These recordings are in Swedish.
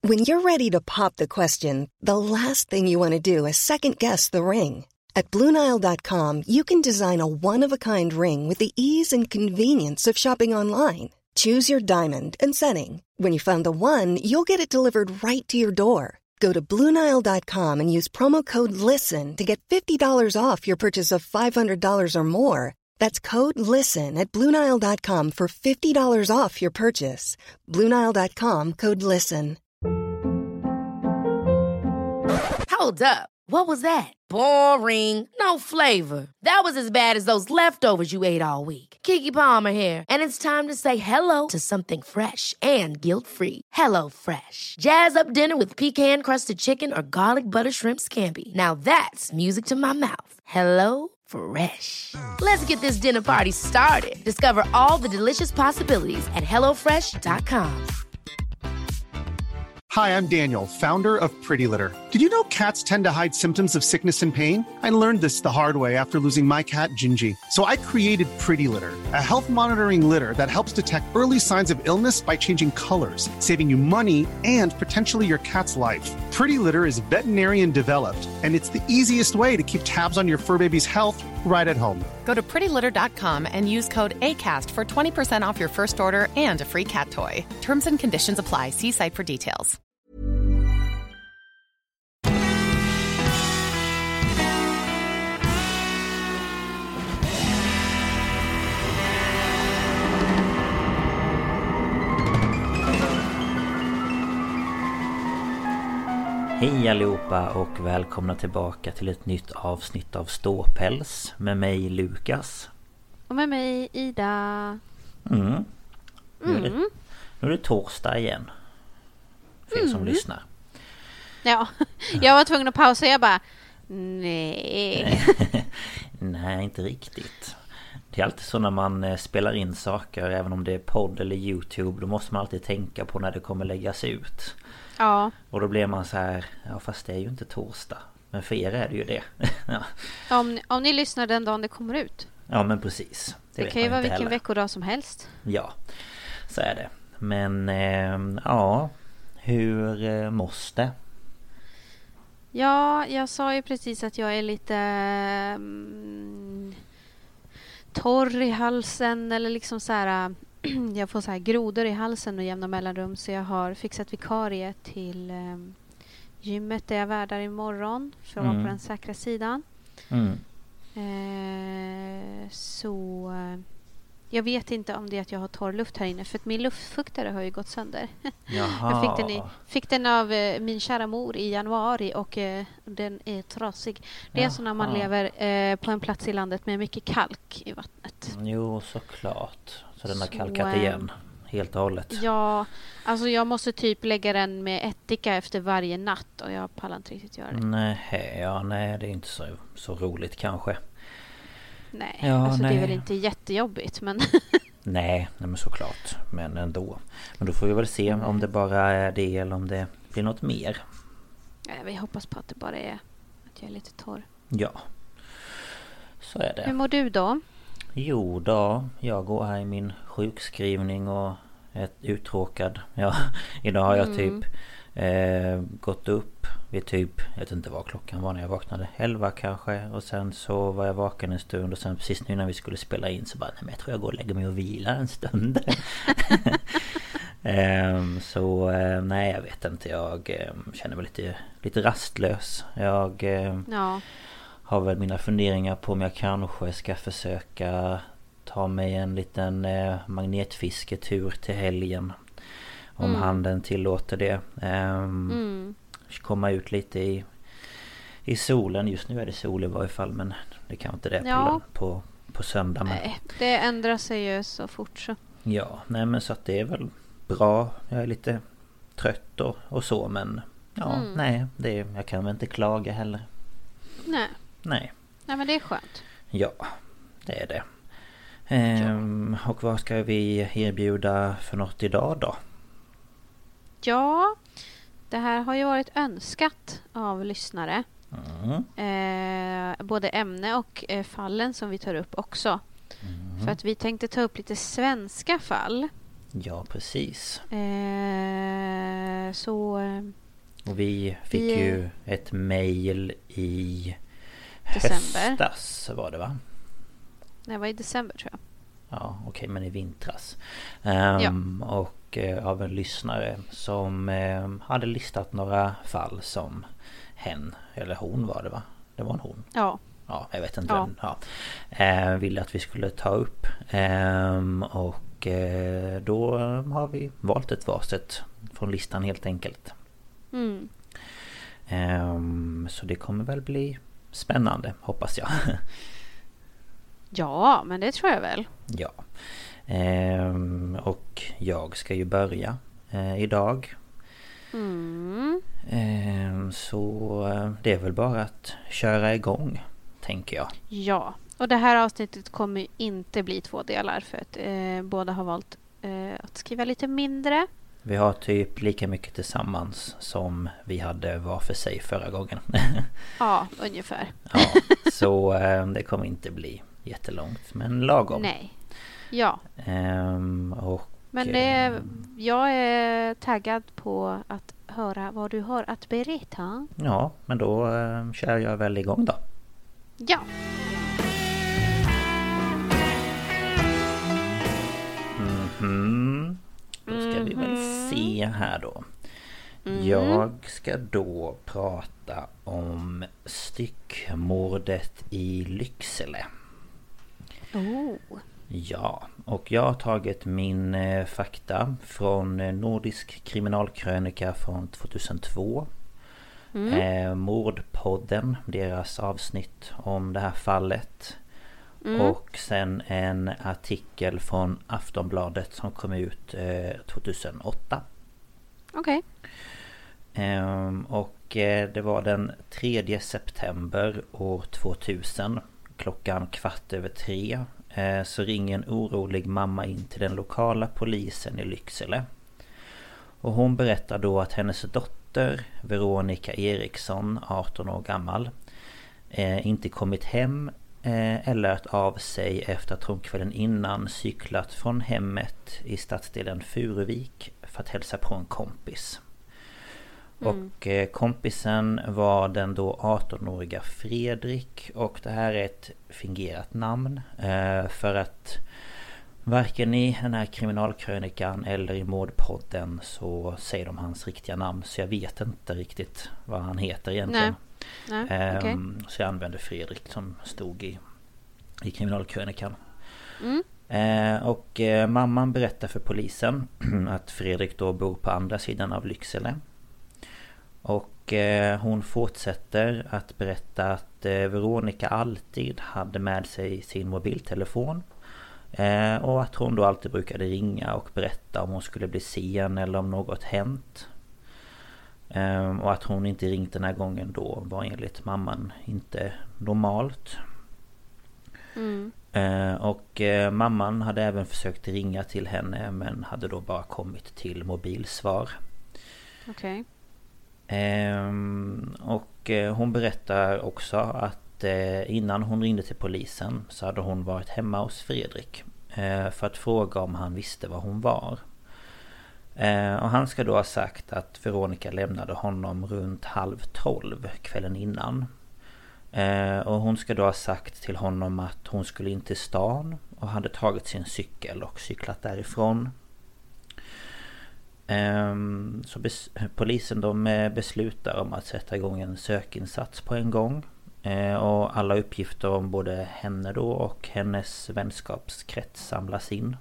When you're ready to pop the question, the last thing you want to do is second-guess the ring. At BlueNile.com, you can design a one-of-a-kind ring with the ease and convenience of shopping online. Choose your diamond and setting. When you find the one, you'll get it delivered right to your door. Go to BlueNile.com and use promo code LISTEN to get $50 off your purchase of $500 or more. That's code LISTEN at BlueNile.com for $50 off your purchase. BlueNile.com, code LISTEN. Hold up. What was that? Boring. No flavor. That was as bad as those leftovers you ate all week. Keke Palmer here, and it's time to say hello to something fresh and guilt-free. Hello Fresh. Jazz up dinner with pecan-crusted chicken or garlic butter shrimp scampi. Now that's music to my mouth. Hello Fresh. Let's get this dinner party started. Discover all the delicious possibilities at hellofresh.com. Hi, I'm Daniel, founder of Pretty Litter. Did you know cats tend to hide symptoms of sickness and pain? I learned this the hard way after losing my cat, Gingy. So I created Pretty Litter, a health monitoring litter that helps detect early signs of illness by changing colors, saving you money and potentially your cat's life. Pretty Litter is veterinarian developed, and it's the easiest way to keep tabs on your fur baby's health right at home. Go to prettylitter.com and use code ACAST for 20% off your first order and a free cat toy. Terms and conditions apply. See site for details. Hej allihopa och välkomna tillbaka till ett nytt avsnitt av Ståpäls med mig Lukas. Och med mig Ida. Nu är det torsdag igen. För er som lyssnar. Ja, jag var tvungen att pausa. Jag bara, nej. Nej, inte riktigt. Det är alltid så när man spelar in saker, även om det är podd eller YouTube, då måste man alltid tänka på när det kommer läggas ut. Ja. Och då blir man så här, ja fast det är ju inte torsdag. Men för er är det ju det. Ja. Om ni lyssnar den dagen det kommer ut. Ja men precis. Det kan ju vara vilken veckodag som helst. Ja, så är det. Men ja, hur måste? Ja, jag sa ju precis att jag är lite torr i halsen. Eller liksom så här, jag får så här grodor i halsen och jämna mellanrum. Så jag har fixat vikarie till gymmet där jag värdar imorgon. För att vara på den säkra sidan. Så jag vet inte om det är att jag har torr luft här inne. För att min luftfuktare har ju gått sönder. Jaha. Jag fick den av min kära mor i januari. Och den är trasig. Det är så när man lever på en plats i landet med mycket kalk i vattnet. Jo, såklart. Så den har kalkat igen helt och hållet. Ja, alltså jag måste typ lägga den med ättika efter varje natt. Och jag pallar inte riktigt göra det. Nej, det är inte så roligt kanske. Nej, ja, alltså det är väl inte jättejobbigt, men... nej, men såklart. Men ändå. Men då får vi väl se om det bara är det eller om det blir något mer. Ja, vi hoppas på att det bara är att jag är lite torr. Ja, så är det. Hur mår du då? Jo då, jag går här i min sjukskrivning och är uttråkad. Ja, idag har jag typ gått upp vid typ, jag vet inte vad klockan var när jag vaknade, 11 kanske. Och sen så var jag vaken en stund och sen precis nu när vi skulle spela in så bara, nej men jag tror jag går och lägger mig och vilar en stund. Så nej jag vet inte, jag känner mig lite rastlös. Jag har väl mina funderingar på om jag kanske ska försöka ta mig en liten magnetfisketur till helgen. Om handen tillåter det. Komma ut lite i solen. Just nu är det sol i varje fall. Men det kan inte det på söndag. Nej, det ändrar sig ju så fort så. Ja, nej men så att det är väl bra. Jag är lite trött och så. Men ja, nej. Jag kan väl inte klaga heller. Nej, men det är skönt. Ja, det är det. Och vad ska vi erbjuda för något idag då? Ja, det här har ju varit önskat av lyssnare. Både ämne och fallen som vi tar upp också. För att vi tänkte ta upp lite svenska fall. Ja, precis. Och vi fick ju ett mejl i december. Höstas var det, va? Nej, det var i december tror jag. Ja, okej, men i vintras. Och av en lyssnare som hade listat några fall som hen, eller hon var det, va? Det var en hon. Ja. Ja, jag vet inte. Ville att vi skulle ta upp. Och då har vi valt ett varset från listan helt enkelt. Så det kommer väl bli spännande, hoppas jag. Ja, men det tror jag väl. Ja. Och jag ska ju börja idag. Så det är väl bara att köra igång, tänker jag. Ja, och det här avsnittet kommer ju inte bli 2 delar för att båda har valt att skriva lite mindre. Vi har typ lika mycket tillsammans som vi hade var för sig förra gången. Ja, ungefär. Ja, så det kommer inte bli jättelångt, men lagom. Nej, ja. Och, men jag är taggad på att höra vad du har att berätta. Ja, men då kör jag väl igång då. Ja. Då ska vi väl se här då. Jag ska då prata om styckmordet i Lycksele. Ja, och jag har tagit min fakta från Nordisk kriminalkrönika från 2002. Mordpodden, deras avsnitt om det här fallet. Och sen en artikel från Aftonbladet som kom ut 2008. Okej. Och det var den 3 september år 2000, klockan 2:15. Så ringer en orolig mamma in till den lokala polisen i Lycksele. Och hon berättar då att hennes dotter Veronica Eriksson, 18 år gammal, inte kommit hem eller att av sig efter att hon kvällen innan cyklat från hemmet i stadsdelen Furuvik för att hälsa på en kompis. Och kompisen var den då 18-åriga Fredrik, och det här är ett fingerat namn för att varken i den här kriminalkrönikan eller i mordpodden så säger de hans riktiga namn, så jag vet inte riktigt vad han heter egentligen. Nej, okay. Så jag använde Fredrik som stod i kriminalkrönikan. Och mamman berättar för polisen att Fredrik då bor på andra sidan av Lycksele. Och hon fortsätter att berätta att Veronica alltid hade med sig sin mobiltelefon. Och att hon då alltid brukade ringa och berätta om hon skulle bli sen eller om något hänt. Och att hon inte ringt den här gången då var enligt mamman inte normalt. Och mamman hade även försökt ringa till henne men hade då bara kommit till mobilsvar. Okej. Och hon berättar också att innan hon ringde till polisen så hade hon varit hemma hos Fredrik för att fråga om han visste var hon var. Och han ska då ha sagt att Veronica lämnade honom runt 11:30 kvällen innan. Och hon ska då ha sagt till honom att hon skulle in till stan och hade tagit sin cykel och cyklat därifrån. Så polisen de beslutar om att sätta igång en sökinsats på en gång. Och alla uppgifter om både henne då och hennes vänskapskrets samlas in.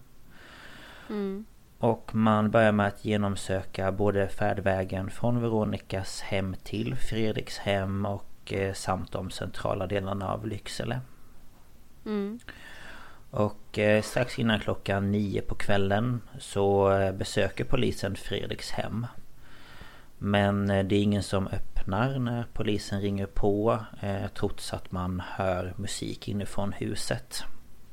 Och man börjar med att genomsöka både färdvägen från Veronicas hem till Fredriks hem och samt de centrala delarna av Lycksele. Och strax innan klockan 9 på kvällen så besöker polisen Fredriks hem. Men det är ingen som öppnar när polisen ringer på, trots att man hör musik inifrån huset.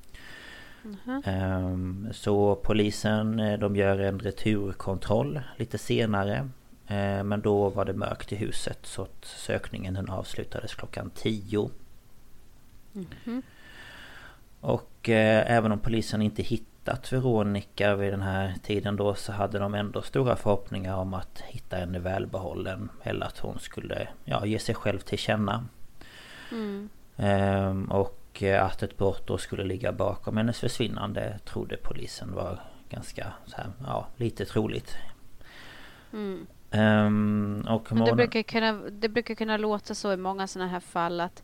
Så polisen de gör en returkontroll lite senare. Men då var det mörkt i huset så att sökningen den avslutades klockan 10. Och även om polisen inte hittat Veronica vid den här tiden då, så hade de ändå stora förhoppningar om att hitta henne välbehållen, eller att hon skulle ge sig själv till känna. Och att ett brott då skulle ligga bakom hennes försvinnande trodde polisen var ganska så här, lite troligt. Och men det brukar kunna låta så i många sådana här fall att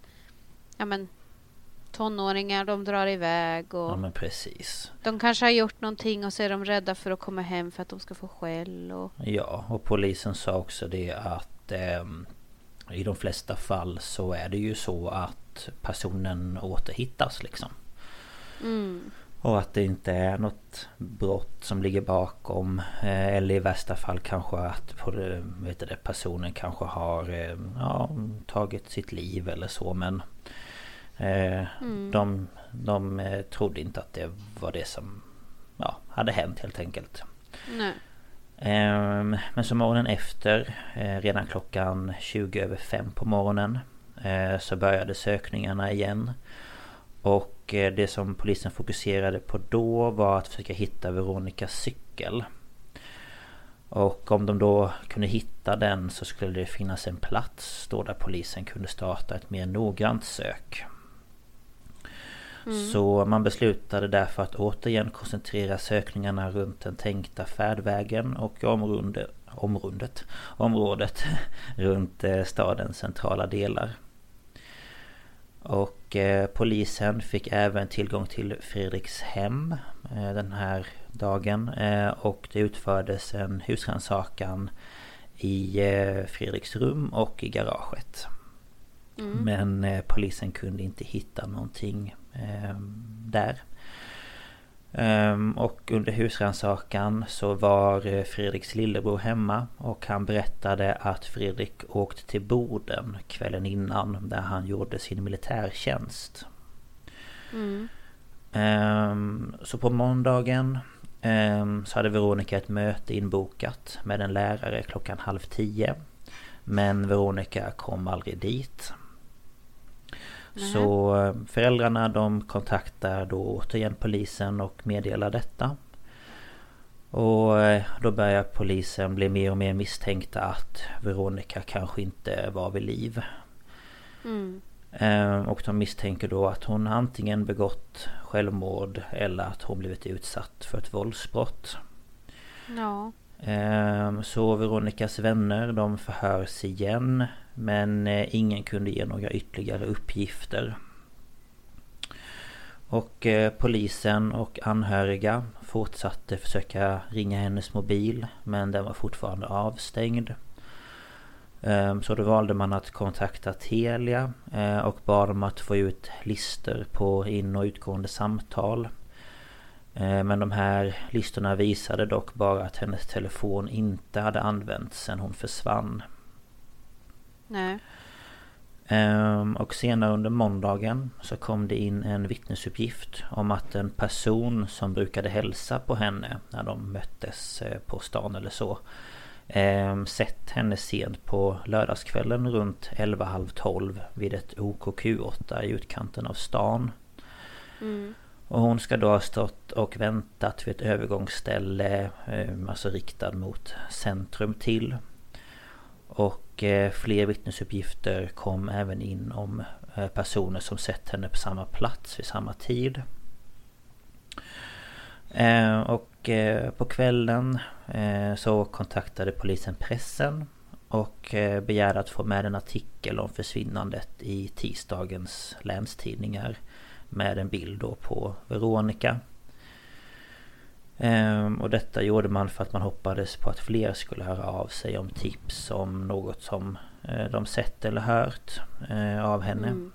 tonåringar, de drar iväg och ja, men precis. De kanske har gjort någonting och så är de rädda för att komma hem för att de ska få skäll Ja, och polisen sa också det att i de flesta fall så är det ju så att personen återhittas liksom. Och att det inte är något brott som ligger bakom, eller i värsta fall kanske att personen kanske har tagit sitt liv eller så, men de trodde inte att det var det som hade hänt helt enkelt. Nej. Men så morgonen efter, redan klockan 20:05 på morgonen, så började sökningarna igen. Och det som polisen fokuserade på då var att försöka hitta Veronicas cykel. Och om de då kunde hitta den så skulle det finnas en plats då där polisen kunde starta ett mer noggrant sök. Så man beslutade därför att återigen koncentrera sökningarna runt den tänkta färdvägen och området runt stadens centrala delar. Och polisen fick även tillgång till Fredriks hem den här dagen, och det utfördes en husrannsakan i Fredriks rum och i garaget. Men polisen kunde inte hitta någonting där. Och under husrannsakan så var Fredriks lillebror hemma, och han berättade att Fredrik åkte till Boden kvällen innan där han gjorde sin militärtjänst. Så på måndagen så hade Veronica ett möte inbokat med en lärare klockan 9:30, men Veronica kom aldrig dit. Så föräldrarna, de kontaktar då återigen polisen och meddelar detta. Och då börjar polisen bli mer och mer misstänkta att Veronica kanske inte var vid liv. Och de misstänker då att hon antingen begått självmord eller att hon blivit utsatt för ett våldsbrott. Ja. Så Veronicas vänner, de förhörs igen, men ingen kunde ge några ytterligare uppgifter. Och polisen och anhöriga fortsatte försöka ringa hennes mobil, men den var fortfarande avstängd. Så då valde man att kontakta Telia och bad dem att få ut listor på in- och utgående samtal. Men de här listorna visade dock bara att hennes telefon inte hade använts sedan hon försvann. Nej. Och senare under måndagen så kom det in en vittnesuppgift om att en person som brukade hälsa på henne när de möttes på stan eller så, sett henne sent på lördagskvällen runt 11:30 vid ett OKQ8 i utkanten av stan. Och hon ska då ha stått och väntat vid ett övergångsställe, alltså riktad mot centrum till. Och fler vittnesuppgifter kom även in om personer som sett henne på samma plats vid samma tid. Och på kvällen så kontaktade polisen pressen och begärde att få med en artikel om försvinnandet i tisdagens länstidningar med en bild då på Veronica. Och detta gjorde man för att man hoppades på att fler skulle höra av sig om tips om något som de sett eller hört av henne.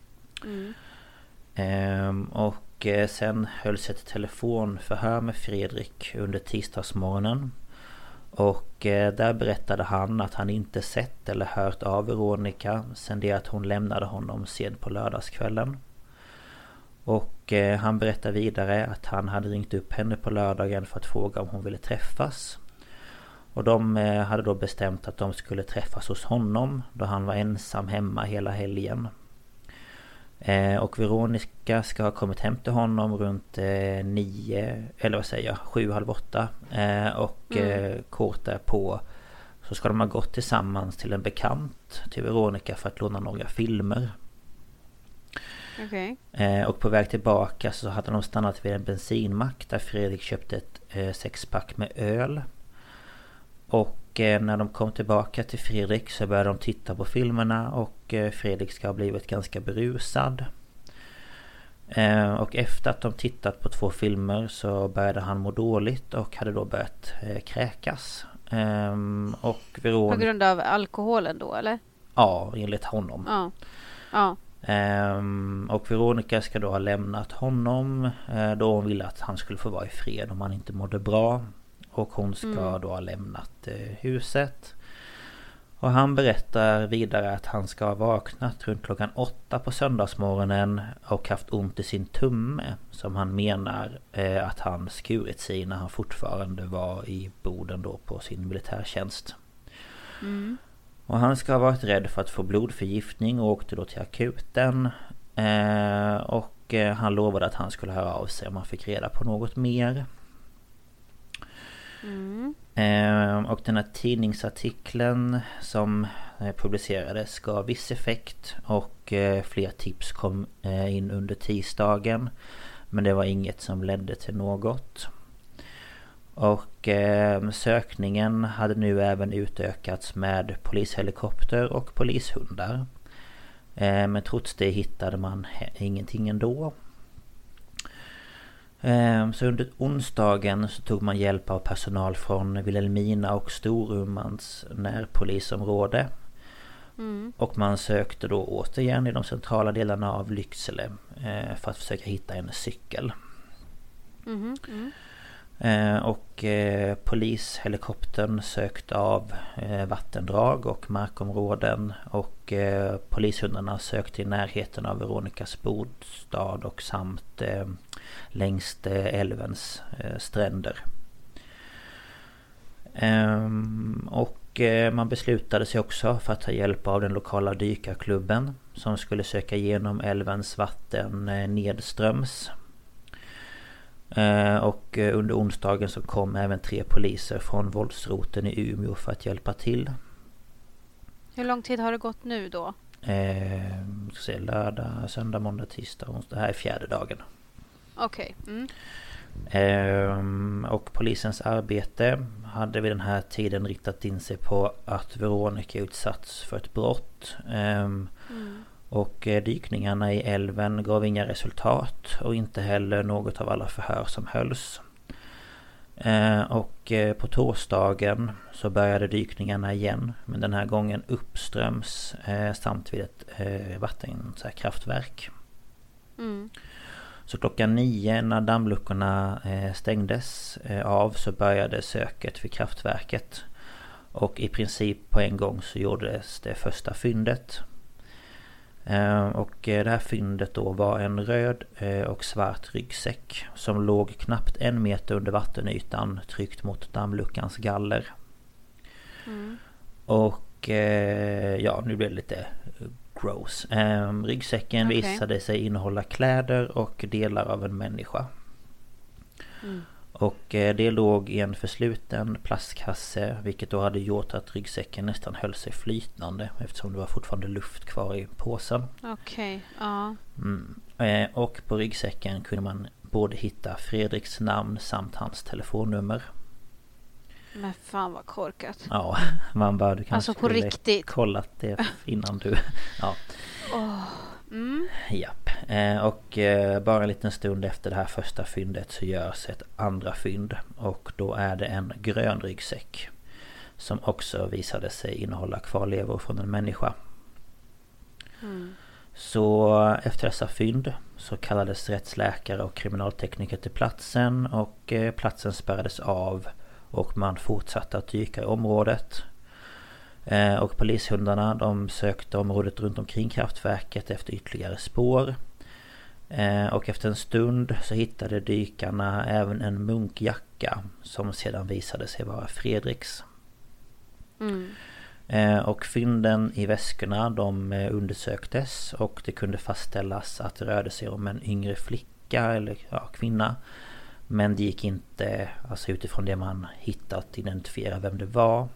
Och sen hölls ett telefonförhör med Fredrik under tisdagsmorgonen. Och där berättade han att han inte sett eller hört av Veronica sedan det att hon lämnade honom sent på lördagskvällen. Och han berättade vidare att han hade ringt upp henne på lördagen för att fråga om hon ville träffas. Och de hade då bestämt att de skulle träffas hos honom då han var ensam hemma hela helgen. Och Veronica ska ha kommit hem till honom runt 7:30. Och kort därpå så ska de ha gått tillsammans till en bekant till Veronica för att låna några filmer. Okej. Och på väg tillbaka så hade de stannat vid en bensinmack där Fredrik köpte ett 6-pack med öl. Och när de kom tillbaka till Fredrik så började de titta på filmerna och Fredrik ska ha blivit ganska berusad. Och efter att de tittat på 2 filmer så började han må dåligt och hade då börjat kräkas. Och Veronica... På grund av alkoholen då, eller? Ja, enligt honom. Ja. Och Veronica ska då ha lämnat honom då hon ville att han skulle få vara i fred om han inte mådde bra. Och hon ska då ha lämnat huset. Och han berättar vidare att han ska ha vaknat runt klockan 8 på söndagsmorgonen och haft ont i sin tumme, som han menar att han skurit sig när han fortfarande var i Boden då på sin militärtjänst. Och han ska ha varit rädd för att få blodförgiftning och åkte då till akuten. Och han lovade att han skulle höra av sig om han fick reda på något mer. Och den här tidningsartikeln som publicerades gav viss effekt och fler tips kom in under tisdagen, men det var inget som ledde till något. Och sökningen hade nu även utökats med polishelikopter och polishundar, men trots det hittade man ingenting ändå. Så under onsdagen så tog man hjälp av personal från Vilhelmina och Storumans närpolisområde. Och man sökte då återigen i de centrala delarna av Lycksele för att försöka hitta en cykel. Och polishelikoptern sökte av vattendrag och markområden, och polishundarna sökte i närheten av Veronicas bostad och samt längs älvens stränder. Och man beslutade sig också för att ta hjälp av den lokala dykarklubben som skulle söka igenom älvens vatten nedströms. Och under onsdagen så kom även 3 poliser från våldsroten i Umeå för att hjälpa till. Hur lång tid har det gått nu då? Lördag, söndag, måndag, tisdag, onsdag. Det här är 4:e dagen. Okej. Och polisens arbete hade vid den här tiden riktat in sig på att Veronica utsatts för ett brott. Och dykningarna i älven gav inga resultat och inte heller något av alla förhör som hölls. Och på torsdagen så började dykningarna igen, men den här gången uppströms samt vid ett vattenkraftverk. Så klockan 9 när dammluckorna stängdes av så började söket vid kraftverket. Och i princip på en gång så gjordes det första fyndet. Och det här fyndet då var en röd och svart ryggsäck som låg knappt 1 meter under vattenytan, tryckt mot dammluckans galler. Och ja, nu blir det lite gross. Ryggsäcken visade sig innehålla kläder och delar av en människa. Och det låg i en försluten plastkasse, vilket då hade gjort att ryggsäcken nästan höll sig flytande eftersom det var fortfarande luft kvar i påsen. Okej, ja. Och på ryggsäcken kunde man både hitta Fredriks namn samt hans telefonnummer. Men fan vad korkat. Ja, man borde kanske alltså på riktigt kollat det innan du... Ja. Japp. Och bara en liten stund efter det här första fyndet så görs ett andra fynd. Och då är det en grön ryggsäck som också visade sig innehålla kvarlevor från en människa. Så efter dessa fynd så kallades rättsläkare och kriminaltekniker till platsen, och platsen spärrades av och man fortsatte att dyka i området. Och polishundarna de sökte området runt omkring kraftverket efter ytterligare spår. Och efter en stund så hittade dykarna även en munkjacka som sedan visade sig vara Fredriks. Och fynden i väskorna de undersöktes och det kunde fastställas att det rörde sig om en yngre flicka eller kvinna. Men det gick inte, alltså utifrån det man hittat, identifiera vem det var.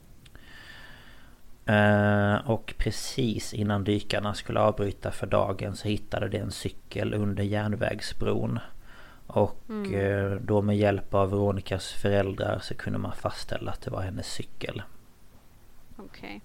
Och precis innan dykarna skulle avbryta för dagen så hittade det en cykel under järnvägsbron. Och då med hjälp av Veronicas föräldrar så kunde man fastställa att det var hennes cykel. Okej.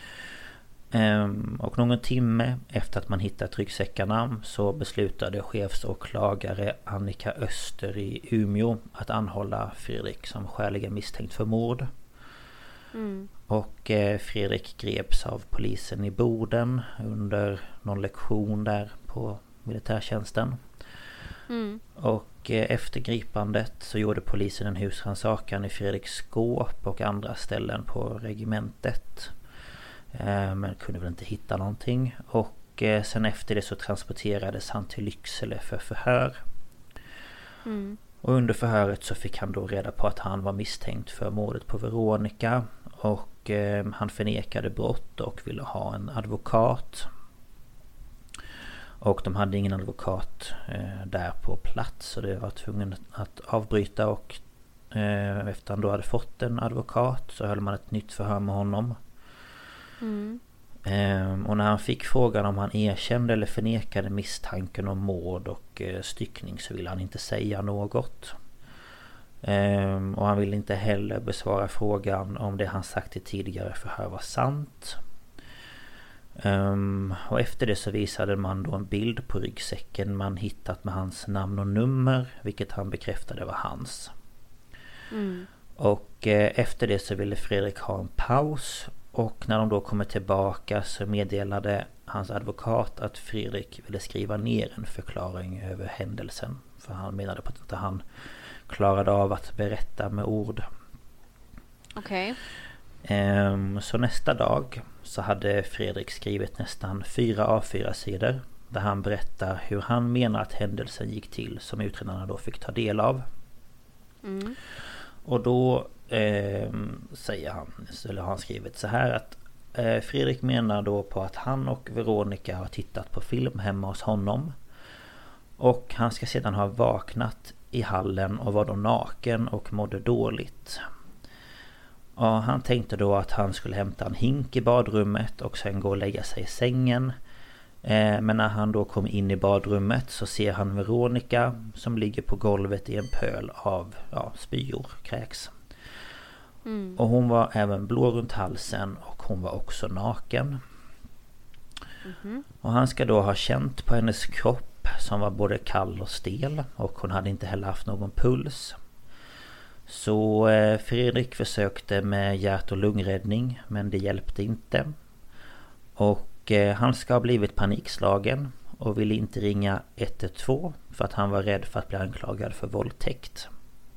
Och någon timme efter att man hittat ryggsäckarna så beslutade chefsåklagare Annika Öster i Umeå att anhålla Fredrik som skäligen misstänkt för mord. Och Fredrik greps av polisen i Boden under någon lektion där på militärtjänsten. Och efter gripandet så gjorde polisen en husrannsakan i Fredriks skåp och andra ställen på regementet. Men kunde väl inte hitta någonting. Och sen efter det så transporterades han till Lycksele för förhör. Och under förhöret så fick han då reda på att han var misstänkt för mordet på Veronica. Och han förnekade brott och ville ha en advokat. Och de hade ingen advokat där på plats. Så det var tvungen att avbryta. Och efter han då hade fått en advokat så höll man ett nytt förhör med honom. Och när han fick frågan om han erkände eller förnekade misstanken om mord och styckning så ville han inte säga något. Och han ville inte heller besvara frågan om det han sagt i tidigare förhör var sant. Och efter det så visade man då en bild på ryggsäcken man hittat med hans namn och nummer, vilket han bekräftade var hans. Och efter det så ville Fredrik ha en paus. Och när de då kommer tillbaka så meddelade hans advokat att Fredrik ville skriva ner en förklaring över händelsen. För han menade på att han klarade av att berätta med ord. Okej. Så nästa dag så hade Fredrik skrivit nästan 4 A4-sidor. Där han berättar hur han menar att händelsen gick till som utredarna då fick ta del av. Och då säger han, eller har han skrivit så här att Fredrik menar då på att han och Veronica har tittat på film hemma hos honom. Och han ska sedan ha vaknat i hallen och var då naken och mådde dåligt. Och han tänkte då att han skulle hämta en hink i badrummet och sen gå och lägga sig i sängen. Men när han då kom in i badrummet så ser han Veronica som ligger på golvet i en pöl av spyor, kräks. Och hon var även blå runt halsen och hon var också naken. Och han ska då ha känt på hennes kropp som var både kall och stel och hon hade inte heller haft någon puls. Så Fredrik försökte med hjärt- och lungräddning men det hjälpte inte. Och han ska ha blivit panikslagen och ville inte ringa 112 för att han var rädd för att bli anklagad för våldtäkt.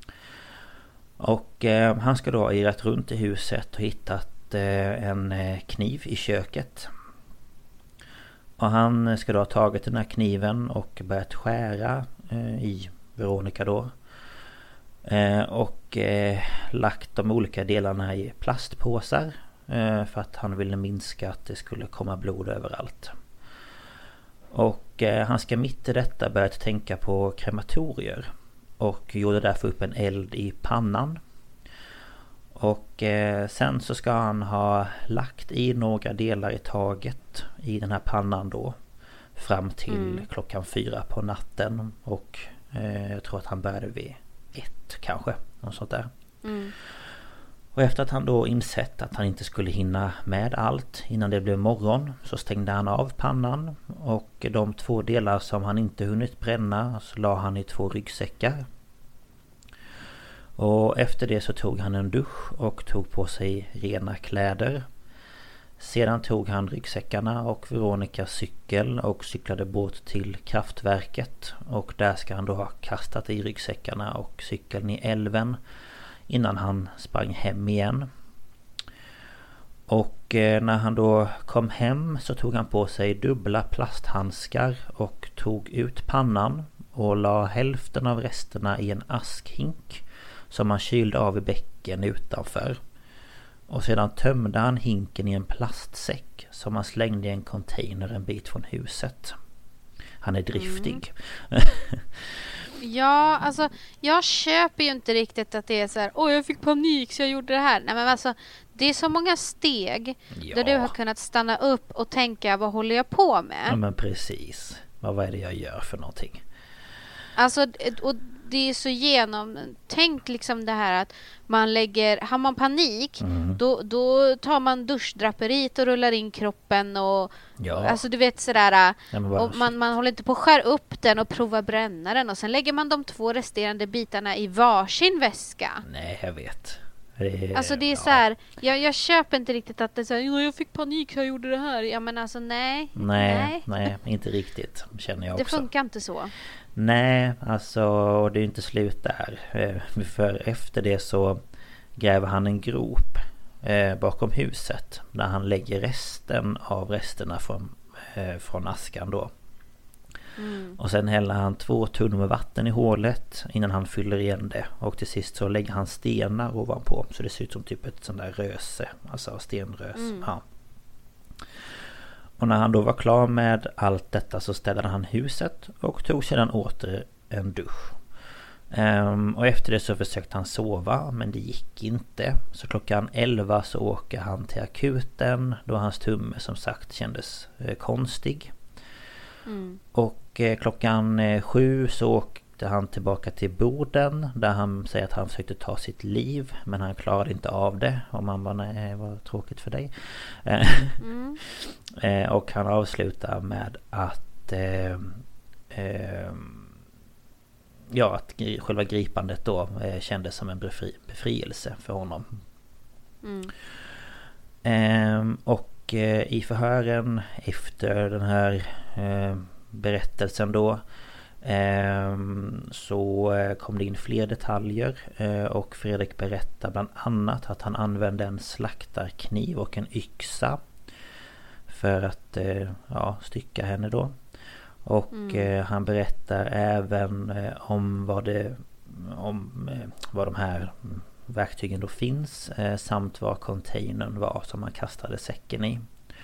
Och han ska då ha irrat runt i huset och hittat en kniv i köket. Och han ska då ha tagit den här kniven och börjat skära i Veronica då. Och lagt de olika delarna i plastpåsar för att han ville minska att det skulle komma blod överallt. Och han ska mitt i detta börjat tänka på krematorier och gjorde därför upp en eld i pannan. Och sen så ska han ha lagt i några delar i taget i den här pannan då fram till klockan 4 på natten. Och jag tror att han började vid 1 kanske, något sånt där. Och efter att han då insett att han inte skulle hinna med allt innan det blev morgon så stängde han av pannan. Och de 2 delar som han inte hunnit bränna så la han i 2 ryggsäckar. Och efter det så tog han en dusch och tog på sig rena kläder. Sedan tog han ryggsäckarna och Veronicas cykel och cyklade bort till kraftverket. Och där ska han då ha kastat i ryggsäckarna och cykeln i älven innan han sprang hem igen. Och när han då kom hem så tog han på sig dubbla plasthandskar och tog ut pannan och la hälften av resterna i en askhink som han kylde av i bäcken utanför. Och sedan tömde han hinken i en plastsäck som han slängde i en container en bit från huset. Han är driftig. Ja, alltså jag köper ju inte riktigt att det är så här, jag fick panik så jag gjorde det här. Nej, men alltså det är så många steg där du har kunnat stanna upp och tänka, vad håller jag på med? Ja, men precis. Vad är det jag gör för någonting? Alltså, och det är så genomtänkt liksom det här att har man panik, då tar man duschdraperiet och rullar in kroppen och alltså du vet sådär, och man håller inte på att skära upp den och prova bränna den och sen lägger man de 2 resterande bitarna i varsin väska. Nej, jag vet. Alltså det är så här, jag köper inte riktigt att det är så här, jag fick panik så jag gjorde det här. Ja men alltså nej, inte riktigt, känner jag också. Det funkar inte så. Nej, alltså det är inte slut där. För efter det så gräver han en grop bakom huset där han lägger resterna från askan då. Och sen häller han 2 tunnor med vatten i hålet innan han fyller igen det. Och till sist så lägger han stenar ovanpå. Så det ser ut som typ ett sånt där röse. Alltså stenrös. Ja. Och när han då var klar med allt detta så ställde han huset och tog sedan åter en dusch. Och efter det så försökte han sova, men det gick inte. Så klockan 11 så åker han till akuten då hans tumme som sagt kändes konstig. Och klockan 7 så åkte han tillbaka till Boden där han säger att han försökte ta sitt liv men han klarade inte av det. Och man bara, nej, vad tråkigt för dig. Och han avslutar med att att själva gripandet då kändes som en befrielse för honom. Och i förhören efter den här berättelsen då så kom det in fler detaljer och Fredrik berättar bland annat att han använde en slaktarkniv och en yxa för att stycka henne då. Och han berättar även om vad de här verktygen då finns samt vad containern var som man kastade säcken i.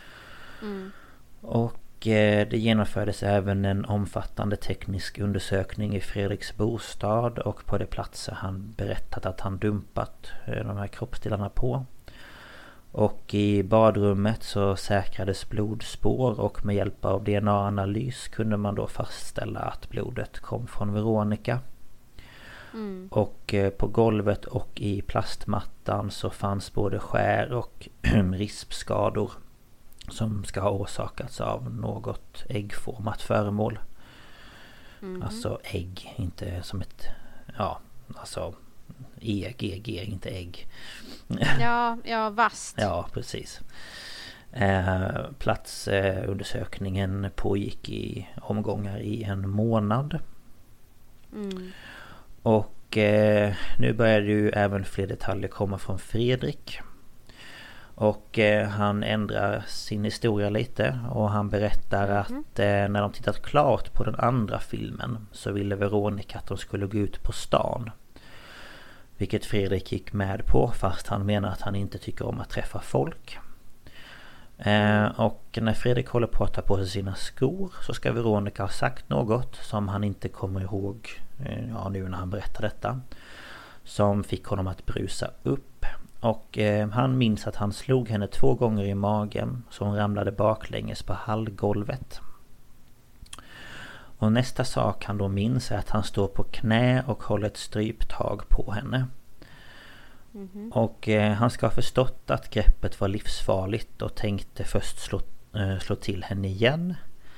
Och det genomfördes även en omfattande teknisk undersökning i Fredriks bostad och på de platser han berättat att han dumpat de här kroppsdelarna på. Och i badrummet så säkrades blodspår och med hjälp av DNA-analys kunde man då fastställa att blodet kom från Veronica. Och på golvet och i plastmattan så fanns både skär och rispskador som ska ha orsakats av något äggformat föremål. Alltså ägg, inte som ett EGG, inte ägg. Ja, vasst. Ja, precis. Platsundersökningen pågick i omgångar i en månad. Och nu började ju även fler detaljer komma från Fredrik. Och han ändrar sin historia lite och han berättar att när de tittat klart på den andra filmen så ville Veronica att de skulle gå ut på stan. Vilket Fredrik gick med på fast han menar att han inte tycker om att träffa folk. Och när Fredrik håller på att ta på sig sina skor så ska Veronica ha sagt något som han inte kommer ihåg nu när han berättar detta. Som fick honom att brusa upp. Och han minns att han slog henne 2 gånger i magen så hon ramlade baklänges på hallgolvet. Och nästa sak han då minns är att han står på knä och håller ett stryptag på henne. Och han ska ha förstått att greppet var livsfarligt och tänkte först slå till henne igen.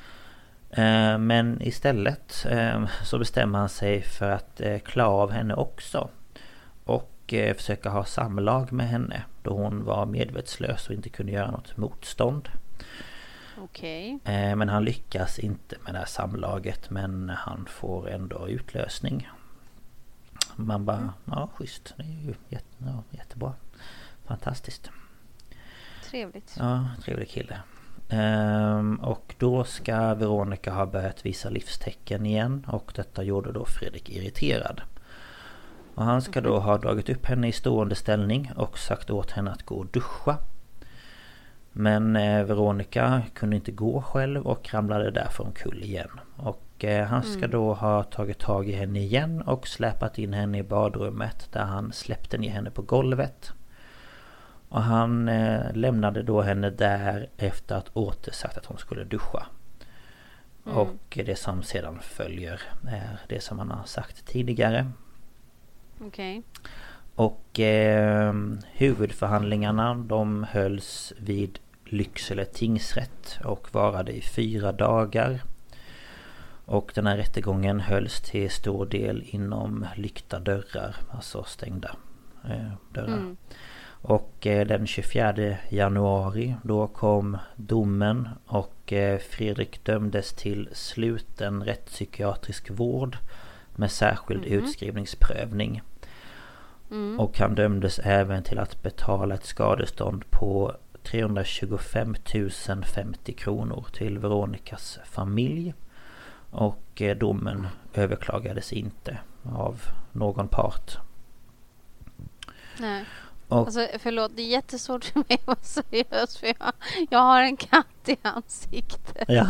Men istället så bestämmer han sig för att klä av henne också. Och försöka ha samlag med henne då hon var medvetslös och inte kunde göra något motstånd. Okej. Men han lyckas inte med det här samlaget, men han får ändå utlösning. Man bara, schysst. Det är ju jättebra. Fantastiskt. Trevligt. Ja, trevlig kille. Och då ska Veronica ha börjat visa livstecken igen och detta gjorde då Fredrik irriterad. Och han ska då ha dragit upp henne i stående ställning och sagt åt henne att gå och duscha. Men Veronica kunde inte gå själv och ramlade därför omkull igen. Och han ska då ha tagit tag i henne igen och släpat in henne i badrummet där han släppte ner henne på golvet. Och han lämnade då henne där efter att åter sagt att hon skulle duscha. Och det som sedan följer är det som han har sagt tidigare. Okej. Och huvudförhandlingarna de hölls vid Lycksele tingsrätt och varade i 4 dagar. Och den här rättegången hölls till stor del inom lyckta dörrar, alltså stängda dörrar. Och den 24 januari då kom domen och Fredrik dömdes till sluten rättspsykiatrisk vård med särskild utskrivningsprövning. Och han dömdes även till att betala ett skadestånd på 325 050 kronor till Veronicas familj. Och domen överklagades inte av någon part. Nej. Och, Alltså, förlåt, det är jättesvårt för mig att vara seriös för jag har en katt i ansiktet. ja.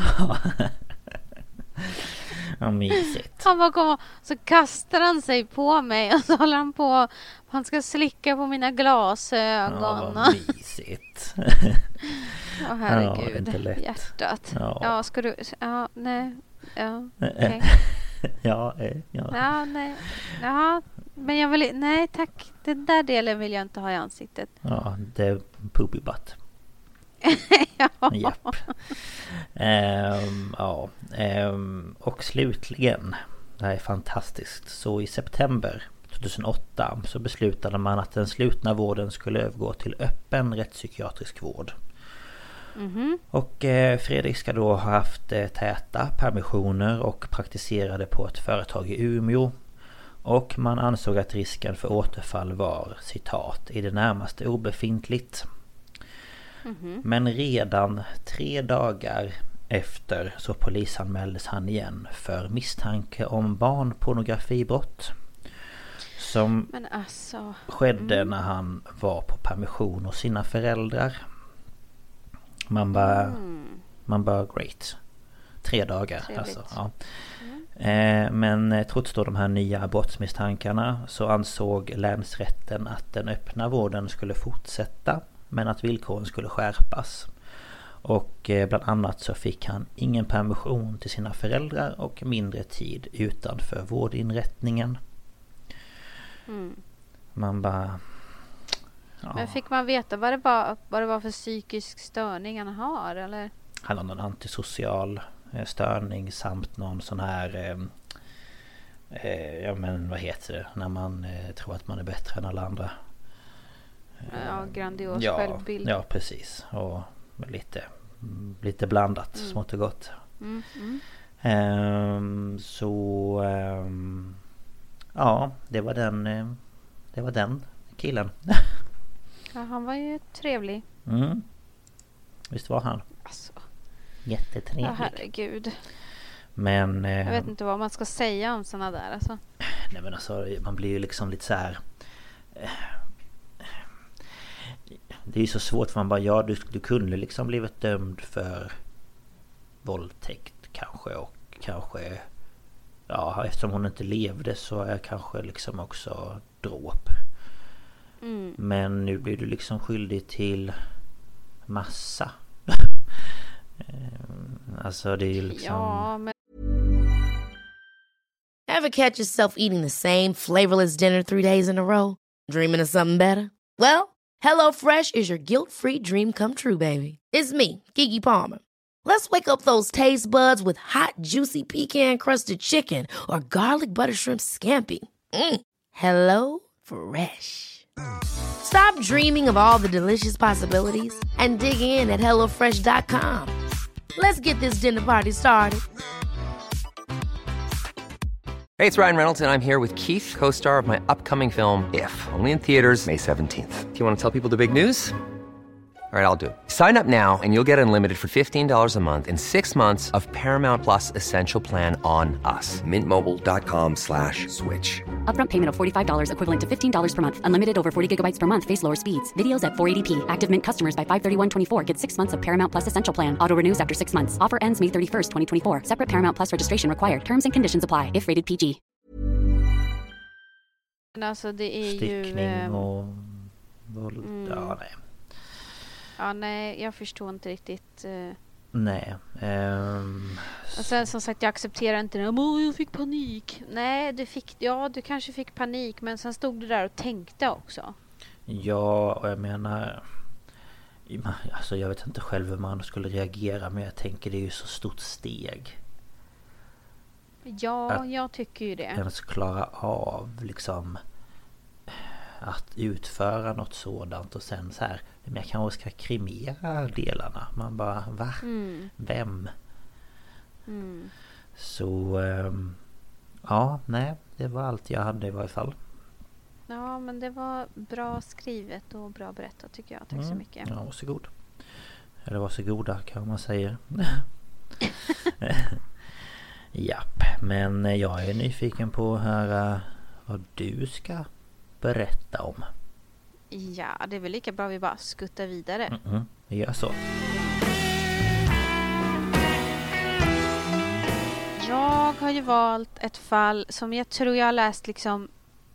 Ja, mysigt. Han bara kommer, så kastar han sig på mig och så håller han på. Han ska slicka på mina glasögon. Ja, vad mysigt. Åh, herregud. Ja, inte lätt. Hjärtat. Ja. Ja, ska du... Ja, nej. Ja, okej. Ja. Ja, nej. Ja, men jag vill... Nej, tack. Den där delen vill jag inte ha i ansiktet. Ja, det är poopy butt. Ja. Japp. Och slutligen, det här är fantastiskt, så i september 2008 så beslutade man att den slutna vården skulle övergå till öppen rättspsykiatrisk vård. Och Fredrik ska då ha haft täta permissioner och praktiserade på ett företag i Umeå. Och man ansåg att risken för återfall var, citat, i det närmaste obefintligt. Men redan 3 dagar efter så polisanmäldes han igen för misstanke om barnpornografibrott. Som skedde när han var på permission hos sina föräldrar. Man bara great. 3 dagar. Alltså, ja. Men trots då de här nya brottsmisstankarna så ansåg länsrätten att den öppna vården skulle fortsätta. Men att villkoren skulle skärpas. Och bland annat så fick han ingen permission till sina föräldrar och mindre tid utanför vårdinrättningen. Man bara... Ja. Men fick man veta vad det var för psykisk störning han har, eller? Han har någon antisocial störning samt någon sån här... ja men vad heter det? När man tror att man är bättre än alla andra. Ja, grandios självbild. Ja, precis. Och lite blandat, smått och gott. Ja, det var den killen. Ja, han var ju trevlig. Visst var han? Alltså. Jättetrevlig. Ja, herregud. Men... jag vet inte vad man ska säga om såna där, alltså. Nej, men alltså, man blir ju liksom lite så här... Det är ju så svårt för man bara, du kunde liksom blivit dömd för våldtäkt kanske, och kanske, ja, eftersom hon inte levde så är kanske liksom också dråp. Men nu blir du liksom skyldig till massa. Alltså det är ju liksom... Ja, men... Ever catch yourself eating the same flavorless dinner 3 days in a row? Dreaming of something better? Well, HelloFresh is your guilt-free dream come true, baby. It's me, Keke Palmer. Let's wake up those taste buds with hot, juicy pecan-crusted chicken or garlic butter shrimp scampi. Hello Fresh. Stop dreaming of all the delicious possibilities and dig in at HelloFresh.com. Let's get this dinner party started. Hey, it's Ryan Reynolds, and I'm here with Keith, co-star of my upcoming film, If, only in theaters May 17th. Do you want to tell people the big news? All right, I'll do it. Sign up now and you'll get unlimited for $15 a month and 6 months of Paramount Plus Essential Plan on us. Mintmobile.com/switch. Upfront payment of $45 equivalent to $15 per month. Unlimited over 40 gigabytes per month. Face lower speeds. Videos at 480p. Active Mint customers by 531.24 get 6 months of Paramount Plus Essential Plan. Auto renews after 6 months. Offer ends May 31st, 2024. Separate Paramount Plus registration required. Terms and conditions apply if rated PG. Alltså det är stickning och våld. Ja, nej. Ja, nej, jag förstår inte riktigt. Nej. Och sen som sagt, jag accepterar inte det. Jag fick panik. Nej, du kanske fick panik, men sen stod du där och tänkte också. Ja, och jag menar... Alltså jag vet inte själv hur man skulle reagera, men jag tänker det är ju så stort steg. Ja, jag tycker ju det. Ens klara av liksom att utföra något sådant och sen så här, men jag kanske ska kremera delarna. Man bara, va? Vem? Så ja, nej, det var allt jag hade i varje fall. Ja, men det var bra skrivet och bra berättat tycker jag. Tack så mycket. Ja, varsågod. Eller varsågoda kan man säga. Japp, men jag är nyfiken på att höra vad du ska berätta om. Ja, det är väl lika bra vi bara skuttar vidare. Vi gör så. Jag har ju valt ett fall som jag tror jag har läst liksom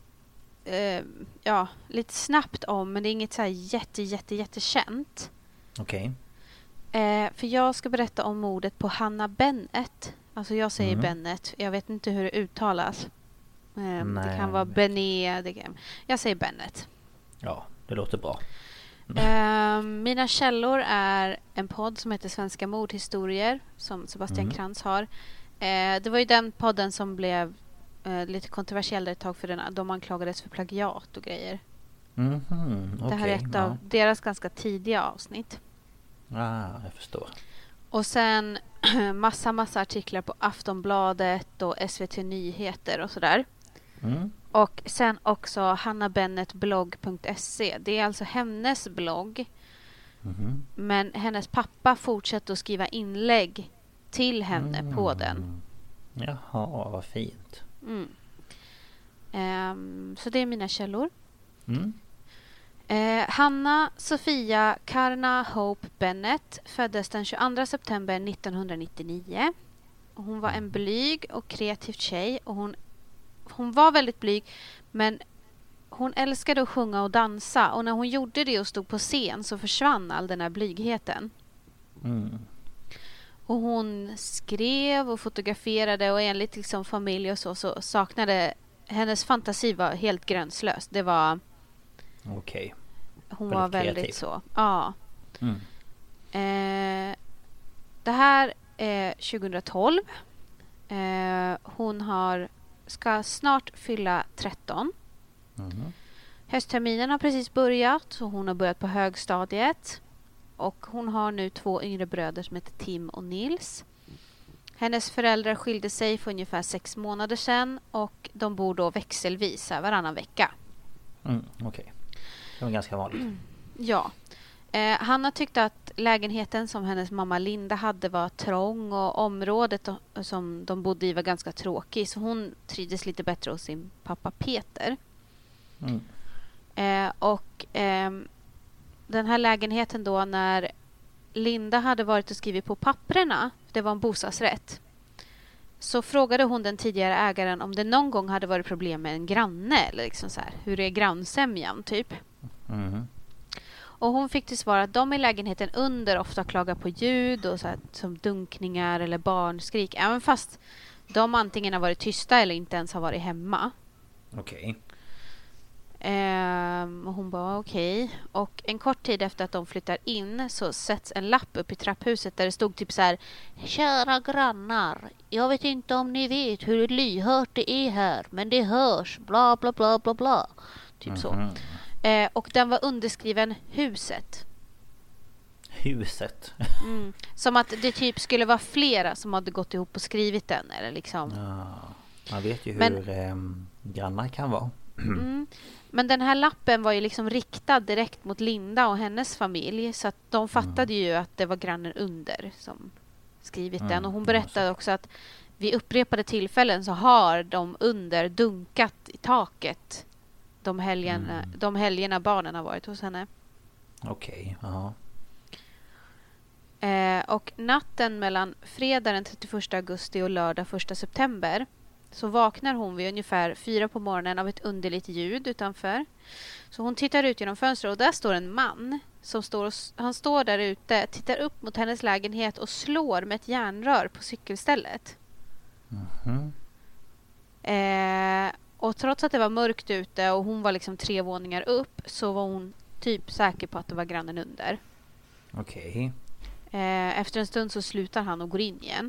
lite snabbt om, men det är inget så här jättekänt. Okej. För jag ska berätta om mordet på Hannah Bennett. Alltså jag säger Bennett. Jag vet inte hur det uttalas. Det kan vara Benet. Jag säger Bennett. Ja, det låter bra. Mina källor är en podd som heter Svenska mordhistorier som Sebastian Krantz har. Det var ju den podden som blev lite kontroversiell ett tag för de anklagades för plagiat och grejer. Det här är ett av deras ganska tidiga avsnitt. Jag förstår. Och sen massa artiklar på Aftonbladet och SVT Nyheter och sådär. Och sen också hannahbennettblogg.se. Det är alltså hennes blogg. Men hennes pappa fortsätter att skriva inlägg till henne på den. Jaha, vad fint. Så det är mina källor. Hannah Sofia Karna Hope Bennett föddes den 22 september 1999. Hon var en blyg och kreativ tjej. Och hon var väldigt blyg, men hon älskade att sjunga och dansa. Och när hon gjorde det och stod på scen så försvann all den här blygheten. Och hon skrev och fotograferade, och enligt liksom familj och så saknade hennes fantasi var helt gränslös. Det var okej. Hon var väldigt så. Ja. Det här är 2012. Hon ska snart fylla 13. Höstterminen har precis börjat, så hon har börjat på högstadiet. Och hon har nu 2 yngre bröder som heter Tim och Nils. Hennes föräldrar skilde sig för ungefär 6 månader sedan, och de bor då växelvis varannan vecka. Okej. Det var ganska vanligt. Ja. Hanna tyckte att lägenheten som hennes mamma Linda hade var trång, och området som de bodde i var ganska tråkigt, så hon trivdes lite bättre hos sin pappa Peter. Den här lägenheten då, när Linda hade varit och skrivit på papperna, det var en bostadsrätt, så frågade hon den tidigare ägaren om det någon gång hade varit problem med en granne, eller liksom så här, hur är grannsämjan typ. Och hon fick till svar att de i lägenheten under ofta klagar på ljud och så här, som dunkningar eller barnskrik, även fast de antingen har varit tysta eller inte ens har varit hemma. Okej. Och hon bara okej. Och en kort tid efter att de flyttar in så sätts en lapp upp i trapphuset där det stod typ så här: kära grannar, jag vet inte om ni vet hur lyhört det är här, men det hörs bla bla bla bla bla. Typ så. Och den var underskriven Huset. Huset? Som att det typ skulle vara flera som hade gått ihop och skrivit den, eller liksom. Man vet ju hur grannar kan vara. Men den här lappen var ju liksom riktad direkt mot Linda och hennes familj. Så att de fattade ju att det var grannen under som skrivit den. Och hon berättade också att vid upprepade tillfällen så har de under dunkat i taket de helgerna barnen har varit hos henne. Okej, ja. Och natten mellan fredag den 31 augusti och lördag 1 september så vaknar hon vid ungefär 4 på morgonen av ett underligt ljud utanför. Så hon tittar ut genom fönstret och där står en man. Han står där ute, tittar upp mot hennes lägenhet och slår med ett järnrör på cykelstället. Och trots att det var mörkt ute och hon var liksom 3 våningar upp så var hon typ säker på att det var grannen under. Okej. Efter en stund så slutar han och går in igen.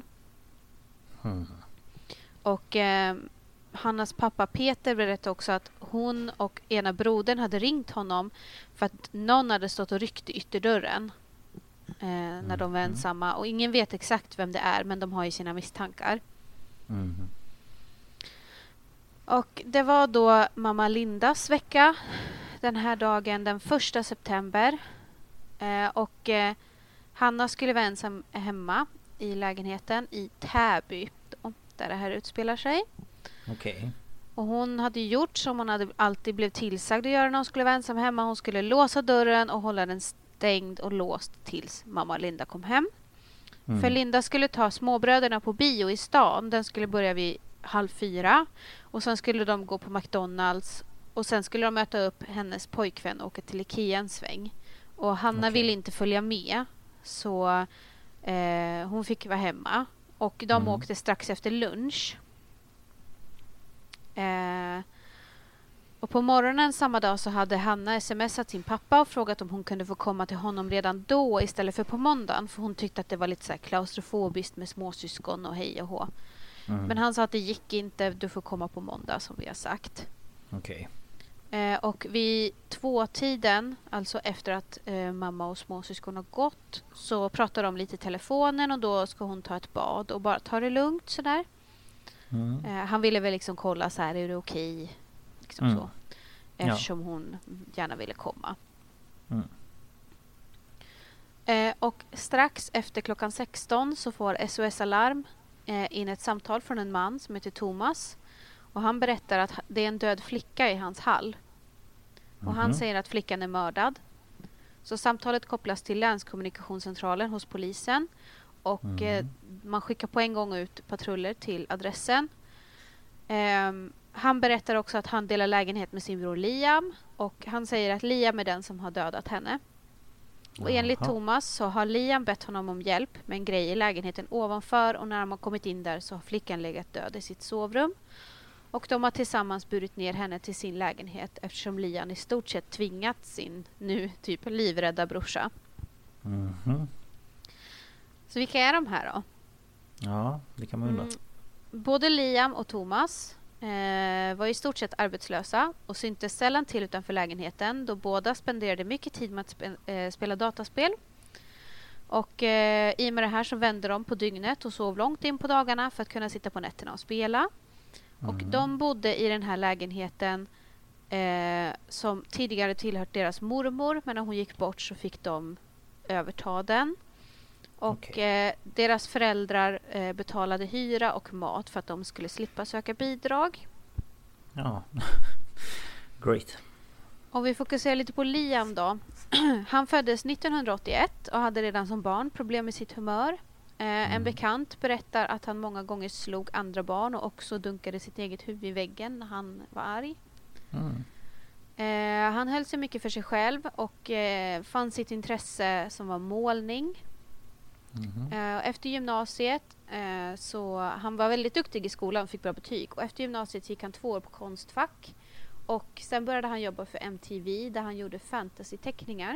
Och Hannas pappa Peter berättade också att hon och ena brodern hade ringt honom för att någon hade stått och ryckt i ytterdörren när de var ensamma. Och ingen vet exakt vem det är, men de har ju sina misstankar. Och det var då mamma Lindas vecka den här dagen den 1 september. Och Hanna skulle vara ensam hemma i lägenheten i Täby då, där det här utspelar sig. Okej. Och hon hade gjort som hon hade alltid blivit tillsagd att göra när hon skulle vara ensam hemma. Hon skulle låsa dörren och hålla den stängd och låst tills mamma Linda kom hem. För Linda skulle ta småbröderna på bio i stan. Den skulle börja vid 3:30. Och sen skulle de gå på McDonalds. Och sen skulle de möta upp hennes pojkvän och åka till Ikea en sväng. Och Hanna ville inte följa med. Så hon fick vara hemma. Och de åkte strax efter lunch. Och på morgonen samma dag så hade Hanna smsat sin pappa och frågat om hon kunde få komma till honom redan då istället för på måndagen. För hon tyckte att det var lite så här klaustrofobiskt med småsyskon och hej och hå. Men han sa att det gick inte, du får komma på måndag som vi har sagt. Okej. Och vid 2-tiden, alltså efter att mamma och småsyskon har gått, så pratar de lite i telefonen och då ska hon ta ett bad och bara ta det lugnt sådär. Han ville väl liksom kolla så här, är det okej? Liksom så. Eftersom hon gärna ville komma. Och strax efter klockan 16 så får SOS Alarm in ett samtal från en man som heter Thomas. Och han berättar att det är en död flicka i hans hall. Och han säger att flickan är mördad. Så samtalet kopplas till länskommunikationscentralen hos polisen. Och man skickar på en gång ut patruller till adressen. Han berättar också att han delar lägenhet med sin bror Liam. Och han säger att Liam är den som har dödat henne. Och enligt Thomas så har Liam bett honom om hjälp med en grej i lägenheten ovanför. Och när de har kommit in där så har flickan legat död i sitt sovrum. Och de har tillsammans burit ner henne till sin lägenhet eftersom Liam i stort sett tvingat sin nu typ livrädda brorsa. Så vilka är de här då? Ja, det kan man undra. Både Liam och Thomas var i stort sett arbetslösa och syntes sällan till utanför lägenheten då båda spenderade mycket tid med att spela dataspel. Och i och med det här så vände de på dygnet och sov långt in på dagarna för att kunna sitta på nätterna och spela. Och de bodde i den här lägenheten som tidigare tillhört deras mormor. Men när hon gick bort så fick de överta den. Och deras föräldrar betalade hyra och mat för att de skulle slippa söka bidrag. Ja, great. Och vi fokuserar lite på Liam då. Han föddes 1981 och hade redan som barn problem med sitt humör. En bekant berättar att han många gånger slog andra barn och också dunkade sitt eget huvud i väggen när han var arg. Han höll sig mycket för sig själv och fann sitt intresse som var målning. Efter gymnasiet så han var väldigt duktig i skolan och fick bra betyg. Och efter gymnasiet gick han 2 år på Konstfack. Och sen började han jobba för MTV där han gjorde fantasy-teckningar.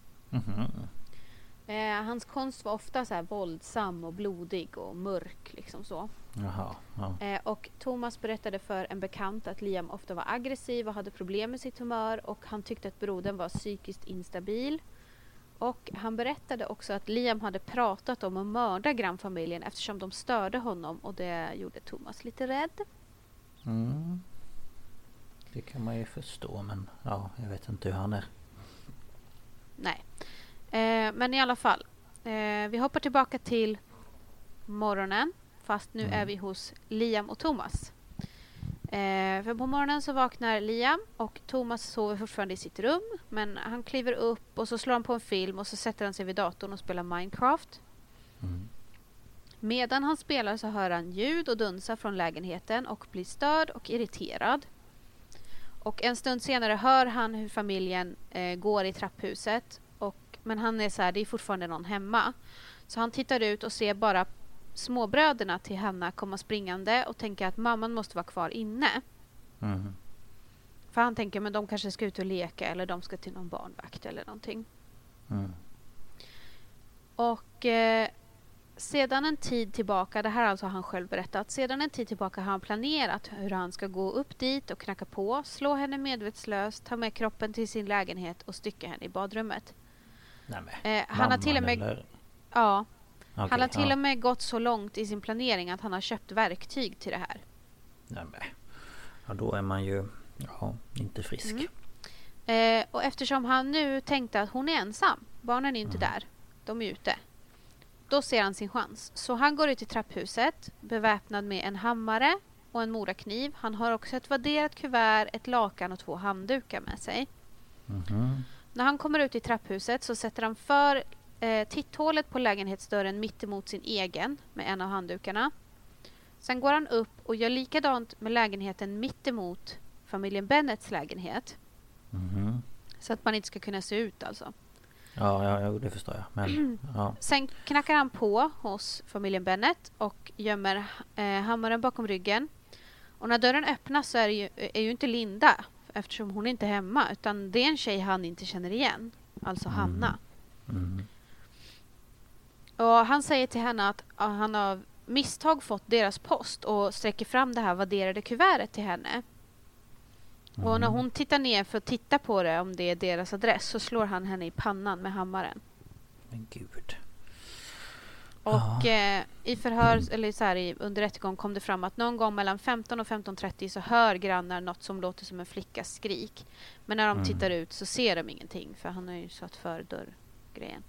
Hans konst var ofta så här våldsam och blodig och mörk liksom så. Och Thomas berättade för en bekant att Liam ofta var aggressiv och hade problem med sitt humör och han tyckte att brodern var psykiskt instabil. Och han berättade också att Liam hade pratat om att mörda grannfamiljen eftersom de störde honom och det gjorde Thomas lite rädd. det kan man ju förstå, men ja, jag vet inte hur han är. Nej. Men i alla fall. Vi hoppar tillbaka till morgonen. Fast nu är vi hos Liam och Thomas. För på morgonen så vaknar Liam och Thomas sover fortfarande i sitt rum. Men han kliver upp och så slår han på en film och så sätter han sig vid datorn och spelar Minecraft. Medan han spelar så hör han ljud och dunsar från lägenheten och blir störd och irriterad. Och en stund senare hör han hur familjen går i trapphuset. Men han är så här, det är fortfarande någon hemma. Så han tittar ut och ser bara småbröderna till Hanna komma springande och tänker att mamman måste vara kvar inne. För han tänker, men de kanske ska ut och leka eller de ska till någon barnvakt eller någonting. Och sedan en tid tillbaka, det här alltså har han själv berättat, sedan en tid tillbaka har han planerat hur han ska gå upp dit och knacka på, slå henne medvetslös, ta med kroppen till sin lägenhet och stycka henne i badrummet. Han har till och med han har till och med gått så långt i sin planering att han har köpt verktyg till det här. Ja, då är man ju inte frisk. Och eftersom han nu tänkte att hon är ensam, barnen är inte där, de är ute. Då ser han sin chans. Så han går ut i trapphuset beväpnad med en hammare och en morakniv. Han har också ett vadderat kuvert, ett lakan och 2 handdukar med sig. När han kommer ut i trapphuset så sätter han för titthålet på lägenhetsdörren mitt emot sin egen med en av handdukarna. Sen går han upp och gör likadant med lägenheten mitt emot familjen Bennets lägenhet. Så att man inte ska kunna se ut alltså. Ja, det förstår jag. Men, Sen knackar han på hos familjen Bennet och gömmer hammaren bakom ryggen. Och när dörren öppnas så är ju inte Linda, eftersom hon inte är hemma, utan det är en tjej han inte känner igen. Alltså Hanna. Och han säger till henne att han av misstag fått deras post och sträcker fram det här vadderade kuvertet till henne. Och när hon tittar ner för att titta på det, om det är deras adress, så slår han henne i pannan med hammaren. Men gud. Och i förhör, eller så här, under rättegång kom det fram att någon gång mellan 15 och 15:30 så hör grannar något som låter som en flickas skrik. Men när de tittar ut så ser de ingenting, för han har ju satt för dörrgrejen.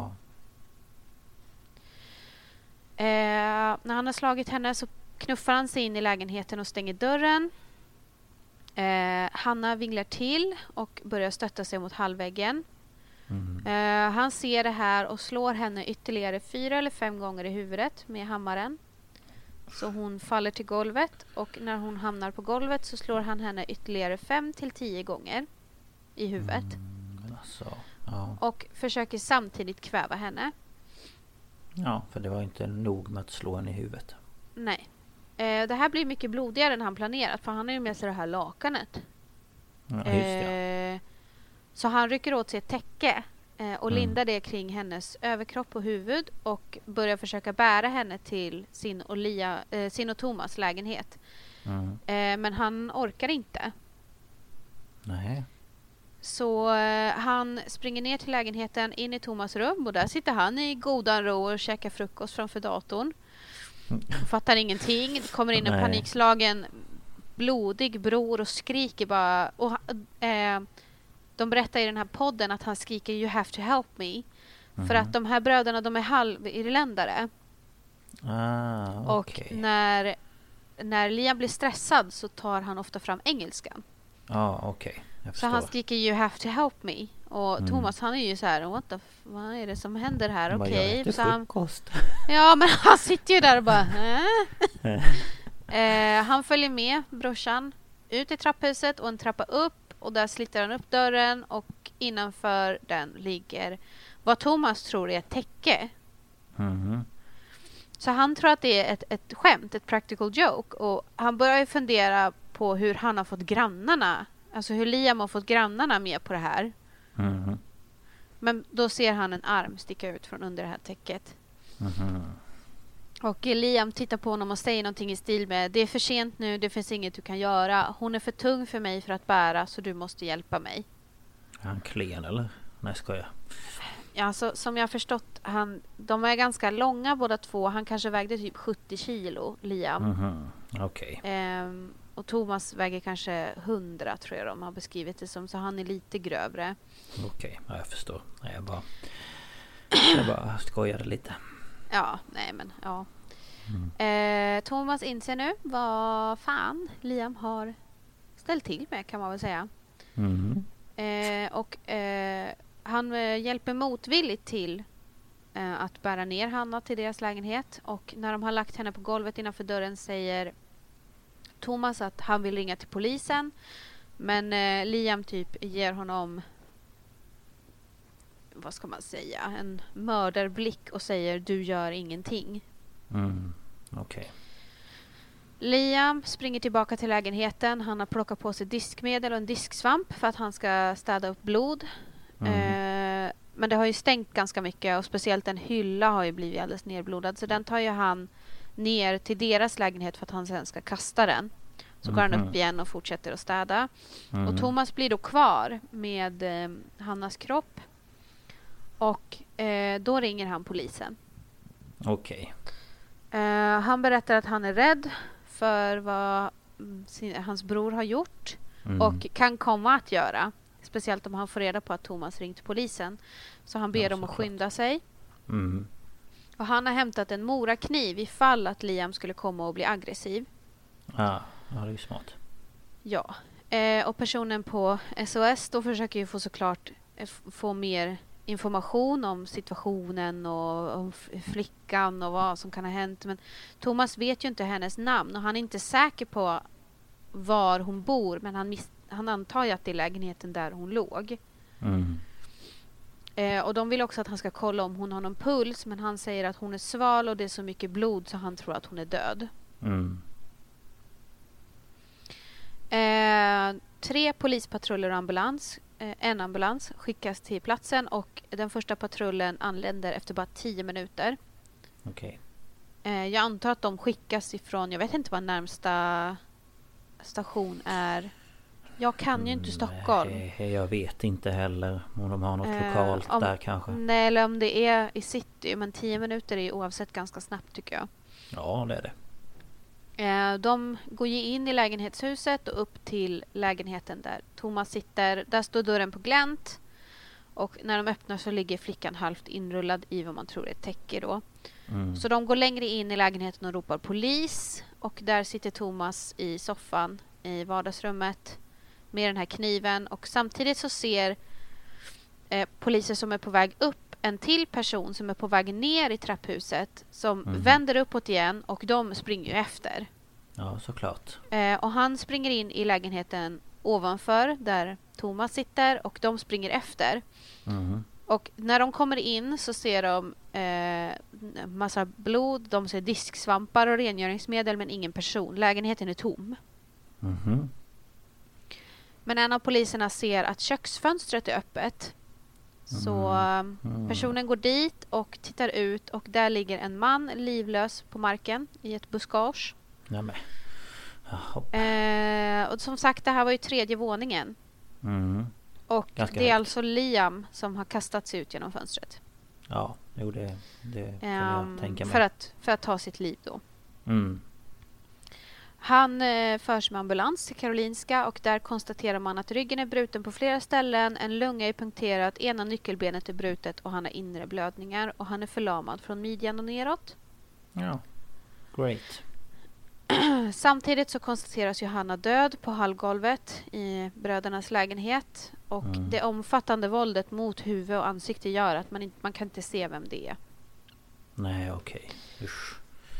När han har slagit henne så knuffar han sig in i lägenheten och stänger dörren. Hanna vinglar till och börjar stötta sig mot hallväggen. Han ser det här och slår henne ytterligare 4 eller 5 gånger i huvudet med hammaren. Så hon faller till golvet, och när hon hamnar på golvet så slår han henne ytterligare 5 till 10 gånger i huvudet. Och försöker samtidigt kväva henne. Ja, för det var inte nog med att slå henne i huvudet. Nej. Det här blir mycket blodigare än han planerat, för han har ju med sig det här lakanet. Så han rycker åt sig ett täcke och lindar det kring hennes överkropp och huvud och börjar försöka bära henne till sin och Thomas lägenhet. Men han orkar inte. Nej. Så han springer ner till lägenheten, in i Thomas rum, och där sitter han i godan ro och käkar frukost framför datorn. Fattar ingenting. Det kommer in en panikslagen blodig bror och skriker bara. Och de berättar i den här podden att han skriker "You have to help me". För att de här bröderna, de är halvirländare. Och när Liam blir stressad så tar han ofta fram engelskan. Så han skriker "You have to help me". Och Thomas, han är ju så här, vad är det som händer här? Okej. Så han, ja, men han sitter ju där och bara han följer med brorsan ut i trapphuset och en trappa upp, och där sliter han upp dörren, och innanför den ligger vad Thomas tror är ett täcke. Så han tror att det är ett skämt, ett practical joke, och han börjar fundera på hur han har fått grannarna, alltså hur Liam har fått grannarna med på det här. Men då ser han en arm sticka ut från under det här täcket. Och Liam tittar på honom och säger någonting i stil med: "Det är för sent nu, det finns inget du kan göra. Hon är för tung för mig för att bära, så du måste hjälpa mig." Är han klen eller? Nej, skojar. Ja, så, som jag har förstått, de är ganska långa båda två. Han kanske vägde typ 70 kilo, Liam. Okej. Och Thomas väger kanske 100 tror jag de har beskrivit det som. Så han är lite grövre. Okej, ja, jag förstår. Nej, jag bara skojade lite. Ja, nej men ja. Thomas inser nu vad fan Liam har ställt till med, kan man väl säga. Han hjälper motvilligt till att bära ner Hanna till deras lägenhet. Och när de har lagt henne på golvet innanför dörren säger Thomas att han vill ringa till polisen. Men Liam typ ger honom, vad ska man säga, en mördarblick och säger du gör ingenting. Okej. Liam springer tillbaka till lägenheten. Han har plockat på sig diskmedel och en disksvamp för att han ska städa upp blod. Men det har ju stängt ganska mycket och speciellt en hylla har ju blivit alldeles nerblodad. Så den tar ju han ner till deras lägenhet för att han sen ska kasta den. Så går han upp igen och fortsätter att städa. Och Thomas blir då kvar med Hannas kropp. Och då ringer han polisen. Okej. Han berättar att han är rädd för vad hans bror har gjort. Och kan komma att göra. Speciellt om han får reda på att Thomas ringt polisen. Så han ber dem att skynda sig. Och han har hämtat en morakniv ifall att Liam skulle komma och bli aggressiv. Ja, det är ju smart. Ja. Och personen på SOS då försöker ju såklart få mer information om situationen och om flickan och vad som kan ha hänt. Men Thomas vet ju inte hennes namn och han är inte säker på var hon bor. Men han antar ju att det är lägenheten där hon låg. Och de vill också att han ska kolla om hon har någon puls. Men han säger att hon är sval och det är så mycket blod så han tror att hon är död. 3 polispatruller och en ambulans skickas till platsen och den första patrullen anländer efter bara 10 minuter. Okej. Jag antar att de skickas ifrån, jag vet inte vad närmsta station är. Jag kan ju inte Stockholm. Nej, jag vet inte heller om de har något lokalt där kanske. Nej, eller om det är i city. Men 10 minuter är oavsett ganska snabbt tycker jag. Ja, det är det. De går ju in i lägenhetshuset och upp till lägenheten där Thomas sitter. Där står dörren på glänt. Och när de öppnar så ligger flickan halvt inrullad i vad man tror är ett täcke då. Så de går längre in i lägenheten och ropar polis. Och där sitter Thomas i soffan i vardagsrummet med den här kniven. Och samtidigt så ser poliser som är på väg upp en till person som är på väg ner i trapphuset som vänder uppåt igen och de springer ju efter. Ja, såklart. Och han springer in i lägenheten ovanför där Thomas sitter och de springer efter. Och när de kommer in så ser de massa blod, de ser disksvampar och rengöringsmedel men ingen person. Lägenheten är tom. Men en av poliserna ser att köksfönstret är öppet. Så personen går dit och tittar ut och där ligger en man livlös på marken i ett buskage. Nämen. Och som sagt, det här var ju 3:e våningen. Och ganska det är högt. alltså Liam som har kastats ut genom fönstret. Ja, jo det kan jag tänka mig. För att ta sitt liv då. Han förs med ambulans till Karolinska och där konstaterar man att ryggen är bruten på flera ställen, en lunga är punkterad, ena nyckelbenet är brutet och han har inre blödningar och han är förlamad från midjan och neråt. Ja, great. Samtidigt så konstateras Johanna död på hallgolvet i brödernas lägenhet och det omfattande våldet mot huvud och ansikte gör att man kan inte se vem det är. Nej, okej. Usch.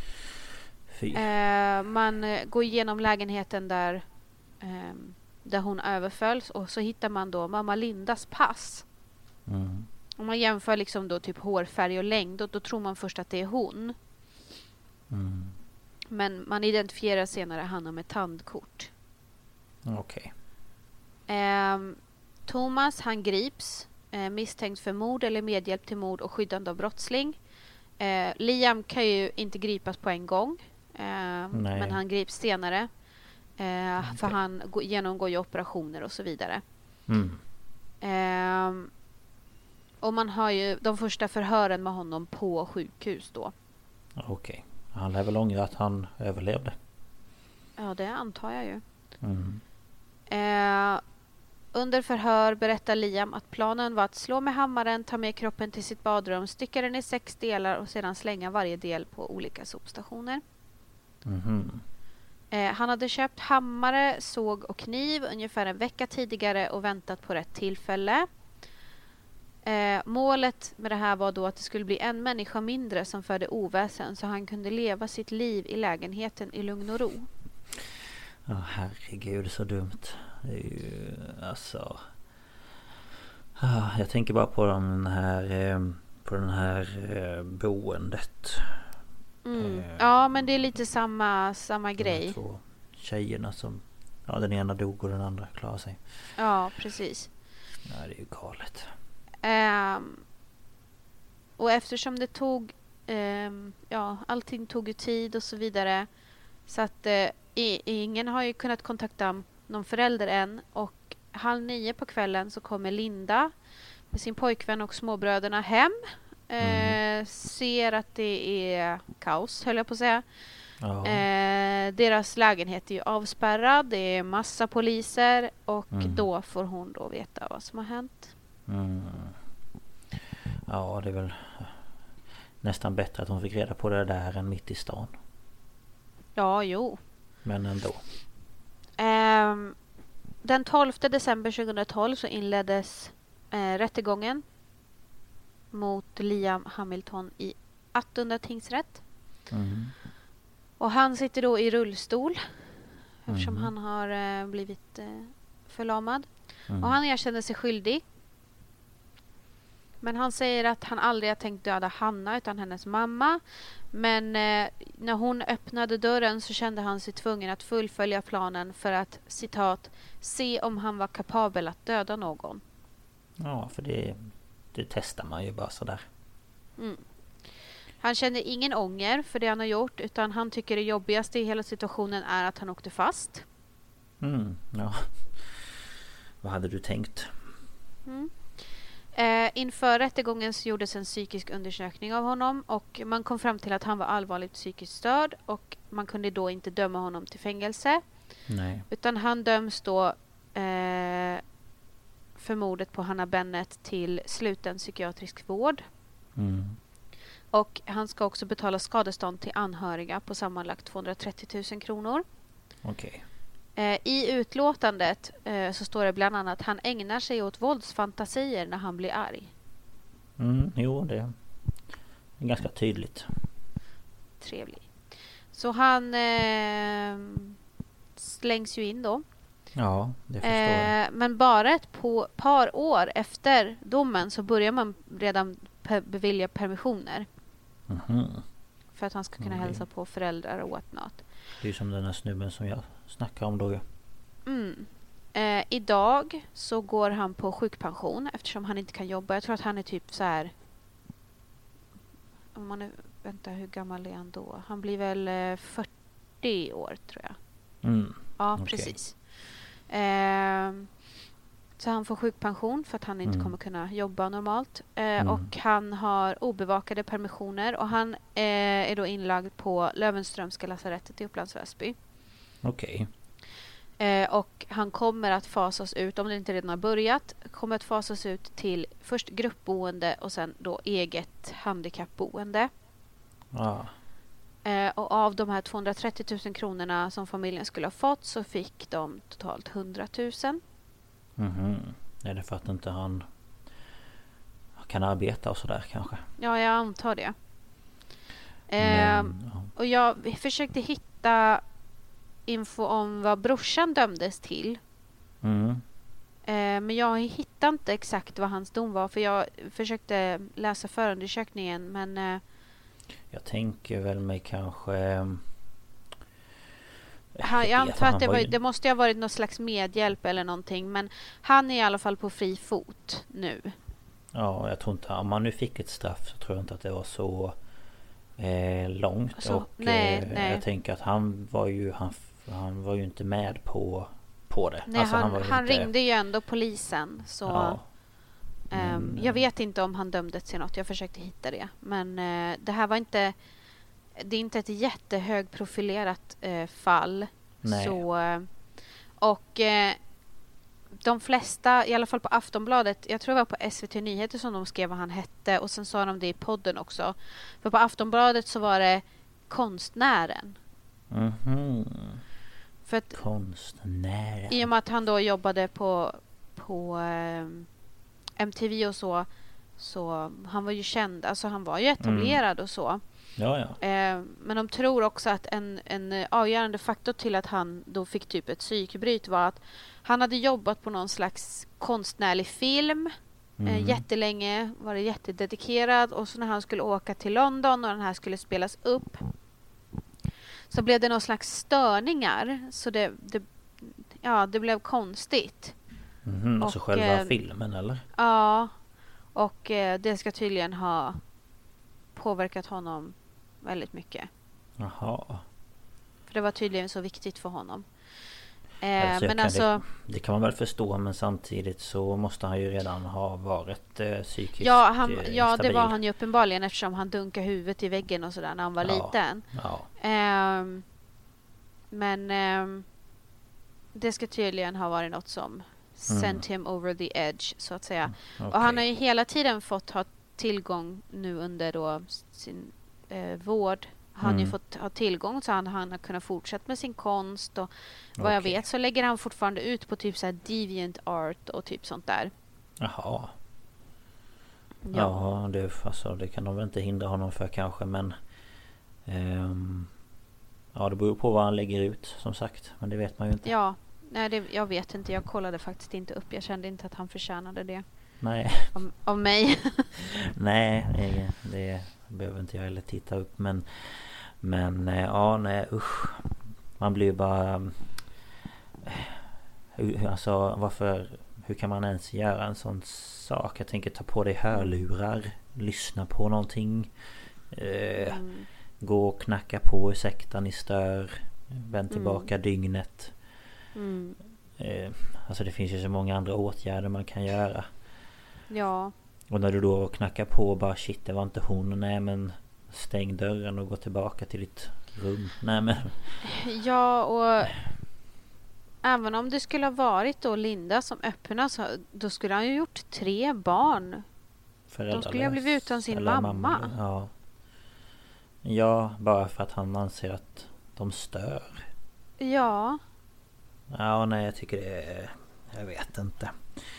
Man går igenom lägenheten där hon överfölls och så hittar man då mamma Lindas pass. Om man jämför liksom då typ hårfärg och längd då tror man först att det är hon. Men man identifierar senare Hanna med tandkort. Okej. Thomas han grips misstänkt för mord eller medhjälp till mord och skyddande av brottsling. Liam kan ju inte gripas på en gång. Men han grips senare. För han genomgår ju operationer och så vidare. Och man har ju de första förhören med honom på sjukhus då. Okej. Han lär väl ångra att han överlevde. Ja, det antar jag ju. Under förhör berättar Liam att planen var att slå med hammaren, ta med kroppen till sitt badrum, stycka den i 6 delar och sedan slänga varje del på olika sopstationer. Han hade köpt hammare, såg och kniv ungefär en vecka tidigare och väntat på rätt tillfälle. Målet med det här var då att det skulle bli en människa mindre som förde oväsen så han kunde leva sitt liv i lägenheten i lugn och ro. Ja, herregud, så dumt. Det är ju alltså... Jag tänker bara på den här boendet. Ja, men det är lite samma grej. 2 tjejerna som... Ja, den ena dog och den andra klarade sig. Ja, precis. Ja, det är ju galet. Och eftersom det tog... allting tog ju tid och så vidare. Så att ingen har ju kunnat kontakta någon förälder än. Och 8:30 på kvällen så kommer Linda med sin pojkvän och småbröderna hem. Ser att det är kaos, höll jag på att säga. Ja. Deras lägenhet är ju avspärrad. Det är massa poliser. Och då får hon då veta vad som har hänt. Ja, det är väl nästan bättre att hon fick reda på det där än mitt i stan. Ja, jo. Men ändå. Den 12 december 2012 så inleddes rättegången mot Liam Hamilton i Attunda tingsrätt. Och han sitter då i rullstol eftersom han har blivit förlamad. Och han erkänner sig skyldig. Men han säger att han aldrig har tänkt döda Hanna utan hennes mamma. Men när hon öppnade dörren så kände han sig tvungen att fullfölja planen för att, citat, se om han var kapabel att döda någon. Ja, för det testar man ju bara sådär. Han känner ingen ånger för det han har gjort utan han tycker det jobbigaste i hela situationen är att han åkte fast. Ja. Vad hade du tänkt? Inför rättegången så gjordes en psykisk undersökning av honom och man kom fram till att han var allvarligt psykiskt störd och man kunde då inte döma honom till fängelse. Nej. Utan han döms då för mordet på Hannah Bennett till sluten psykiatrisk vård. Och han ska också betala skadestånd till anhöriga på sammanlagt 230 000 kronor. Okej. I utlåtandet så står det bland annat att han ägnar sig åt våldsfantasier när han blir arg. Jo, det är ganska tydligt. Trevlig. Så han slängs ju in då. Ja, det förstår jag. Men bara ett par år efter domen så börjar man redan bevilja permissioner. För att han ska kunna hälsa på föräldrar och whatnot. Det är ju som den här snubben som jag snackar om då. Idag så går han på sjukpension eftersom han inte kan jobba. Jag tror att han är typ så här... Om man är, vänta, hur gammal är han då? Han blir väl 40 år tror jag. Ja, okay. Precis. Så han får sjukpension för att han inte kommer kunna jobba normalt. Och han har obevakade permissioner. Och han är då inlagd på Löwenströmska lasarettet i Upplands Väsby. Okej. Och han kommer att fasas ut, om det inte redan har börjat, kommer att fasas ut till först gruppboende och sen då eget handikappboende. Och av de här 230 000 kronorna som familjen skulle ha fått så fick de totalt 100 000. Är det för att inte han kan arbeta och sådär kanske? Ja, jag antar det. Och jag försökte hitta info om vad brorsan dömdes till. Men jag hittade inte exakt vad hans dom var. För jag försökte läsa förundersökningen. Men jag tänker väl mig kanske... Jag antar att det måste ha varit någon slags medhjälp eller någonting. Men han är i alla fall på fri fot nu. Ja, jag tror inte... Om man nu fick ett straff så tror jag inte att det var så långt. Alltså, och nej. Jag tänker att han var ju inte med på det. Nej, alltså, han ringde ju ändå polisen. Så ja. Jag vet inte om han dömdes till något. Jag försökte hitta det. Men det här var inte... Det är inte ett jättehögprofilerat fall. Nej. Så Och de flesta, i alla fall på Aftonbladet, jag tror det var på SVT Nyheter som de skrev vad han hette, och sen sa de det i podden också. För på Aftonbladet så var det konstnären. För att konstnären. I och med att han då jobbade på MTV och så han var ju känd, alltså han var ju etablerad och så. Ja. Men de tror också att en avgörande faktor till att han då fick typ ett psykbryt var att han hade jobbat på någon slags konstnärlig film jättelänge, var det jättededikerad, och så när han skulle åka till London och den här skulle spelas upp så blev det någon slags störningar, så det blev konstigt. Alltså själva filmen eller? Ja, och det ska tydligen ha påverkat honom väldigt mycket. Jaha. För det var tydligen så viktigt för honom. Det kan man väl förstå, men samtidigt så måste han ju redan ha varit psykiskt stabil. Det var han ju uppenbarligen, eftersom han dunkade huvudet i väggen och sådär när han var liten. Ja. Men det ska tydligen ha varit något som sent him over the edge, så att säga. Okay. Och han har ju hela tiden fått ha tillgång nu under då sin vård. Han ju fått ha tillgång, så han har kunnat fortsätta med sin konst, och vad jag vet så lägger han fortfarande ut på typ så här DeviantArt och typ sånt där. Jaha. Ja, det kan de väl inte hindra honom för kanske, men det beror på vad han lägger ut, som sagt, men det vet man ju inte. Ja, nej, jag vet inte, jag kollade faktiskt inte upp, jag kände inte att han förtjänade det. Nej. Av mig. Nej, det behöver inte jag heller titta upp, men nej, usch. Man blir bara alltså hur kan man ens göra en sån sak? Jag tänker ta på dig hörlurar, lyssna på någonting, gå och knacka på, ursäkta ni stör, vänd tillbaka dygnet. Alltså det finns ju så många andra åtgärder man kan göra. Ja. Och när du då knackar på och bara shit, det var inte hon. Nej, men stäng dörren och gå tillbaka till ditt rum. Nej, men... Ja, och även om det skulle ha varit då Linda som öppnade, så då skulle han ju gjort 3 barn. De skulle ha blivit utan sin mamma. Ja, bara för att han anser att de stör. Ja. Ja, nej, jag tycker det är... Jag vet inte.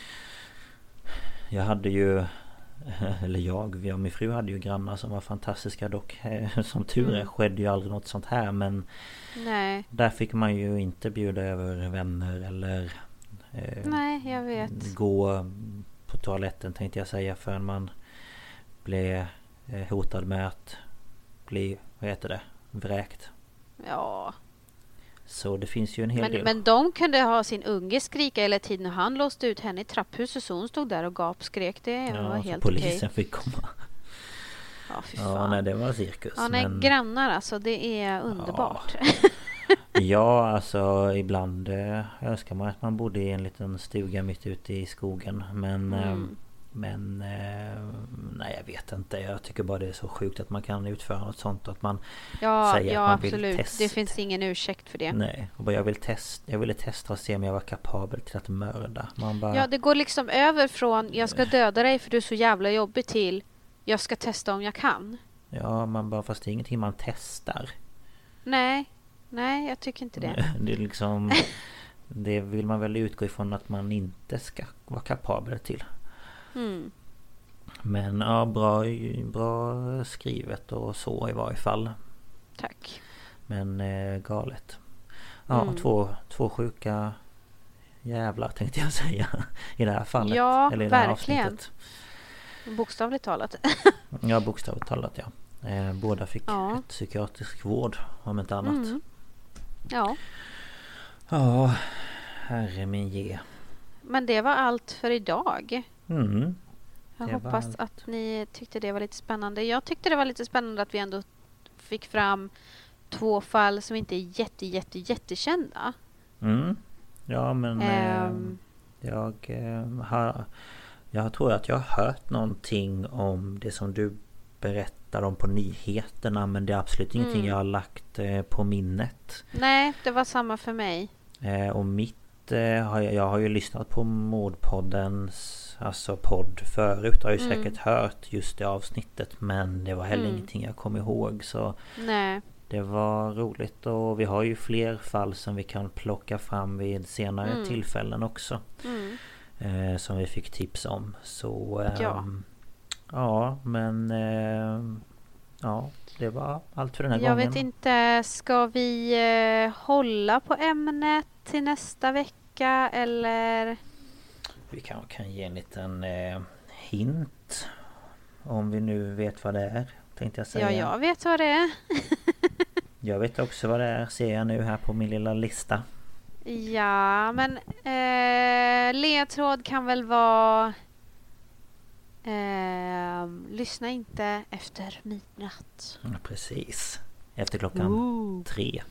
Jag hade ju... Eller min fru hade ju grannar som var fantastiska dock. Som tur är skedde ju aldrig något sånt här, men... Nej. Där fick man ju inte bjuda över vänner eller... Nej, jag vet. Gå på toaletten, tänkte jag säga, förrän man blev hotad med att bli, vräkt. Ja. Så det finns ju en hel del. Men de kunde ha sin unge skrika hela tiden, och han låste ut henne i trapphuset, så hon stod där och gapskrek. Det var helt okej. Polisen fick komma. Ja, fy fan. Ja, nej, det var cirkus. Ja, nej, grannar alltså, det är underbart. Ja, alltså ibland önskar man att man bodde i en liten stuga mitt ute i skogen. Men nej, jag vet inte. Jag tycker bara det är så sjukt att man kan utföra något sånt, att man säger att man absolut. vill testa. Det finns ingen ursäkt för det. Nej, och jag ville testa och se om jag var kapabel till att mörda. Ja, det går liksom över från jag ska döda dig för du är så jävla jobbig till jag ska testa om jag kan. Ja, fast det är ingenting man testar. Nej, jag tycker inte det. Det är liksom... Det vill man väl utgå ifrån att man inte ska vara kapabel till. Men ja, bra skrivet och så i varje fall. Tack. Men galet. Ja, två sjuka jävlar tänkte jag säga i det här fallet. Ja, eller i verkligen. Avsnittet. Bokstavligt talat. Ja, bokstavligt talat, ja. Båda fick ett psykiatrisk vård, om inte annat. Ja. Ja, herre min ge. Men det var allt för idag. Jag Det hoppas att ni tyckte det var lite spännande. Jag tyckte det var lite spännande att vi ändå fick fram 2 fall som inte är jättekända. Ja, men jag tror att jag har hört någonting om det som du berättar om på nyheterna, men det är absolut ingenting jag har lagt på minnet. Nej, det var samma för mig. Och mitt jag har ju lyssnat på Mordpoddens podd förut. Jag har ju säkert hört just det avsnittet, men det var heller ingenting jag kom ihåg. Så Nej. Det var roligt, och vi har ju fler fall som vi kan plocka fram vid senare tillfällen också. Som vi fick tips om. Så det var allt för den här gången. Jag vet inte, ska vi hålla på ämnet till nästa vecka eller? Vi kan ge en liten hint. Om vi nu vet vad det är, tänkte jag säga. Ja, jag vet vad det är. Jag vet också vad det är, ser jag nu här på min lilla lista. Ja, men ledtråd kan väl vara lyssna inte efter midnatt. Ja, precis. Efter klockan 3.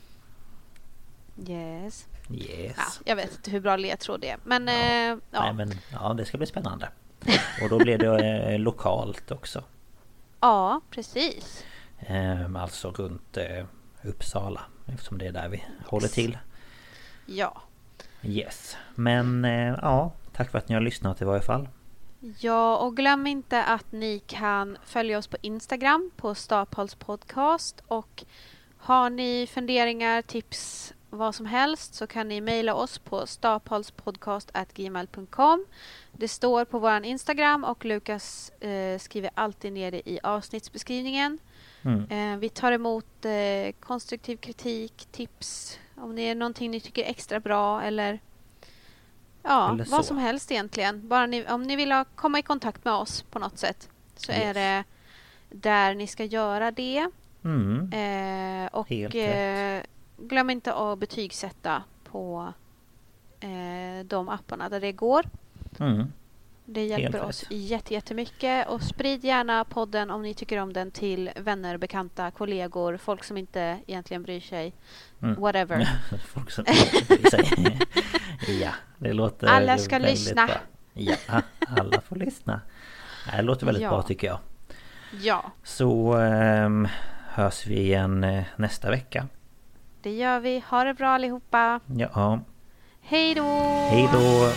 Yes. Ja, jag vet inte hur bra ledtråd det är. Men, Nej, men det ska bli spännande. Och då blir det lokalt också. Ja, precis. Alltså runt Uppsala, eftersom det är där vi håller till. Ja. Yes. Men tack för att ni har lyssnat i varje fall. Ja, och glöm inte att ni kan följa oss på Instagram på Stapholz podcast, och har ni funderingar, tips, vad som helst, så kan ni mejla oss på stapholzpodcast@gmail.com. Det står på våran Instagram, och Lukas skriver alltid ner det i avsnittsbeskrivningen. Vi tar emot konstruktiv kritik, tips, om det är någonting ni tycker är extra bra, eller vad som helst egentligen. Bara om ni vill komma i kontakt med oss på något sätt, så är det där ni ska göra det. Och glöm inte att betygsätta på de apparna där det går. Det hjälper oss jättemycket. Och sprid gärna podden om ni tycker om den till vänner, bekanta, kollegor, folk som inte egentligen bryr sig. Whatever. Folk som inte bryr sig. Ja, det låter alla ska lyssna. Bra. Ja, alla får lyssna. Det låter väldigt bra, tycker jag. Ja. Så hörs vi igen nästa vecka. Det gör vi. Ha det bra allihopa. Ja. Hej då. Hej då.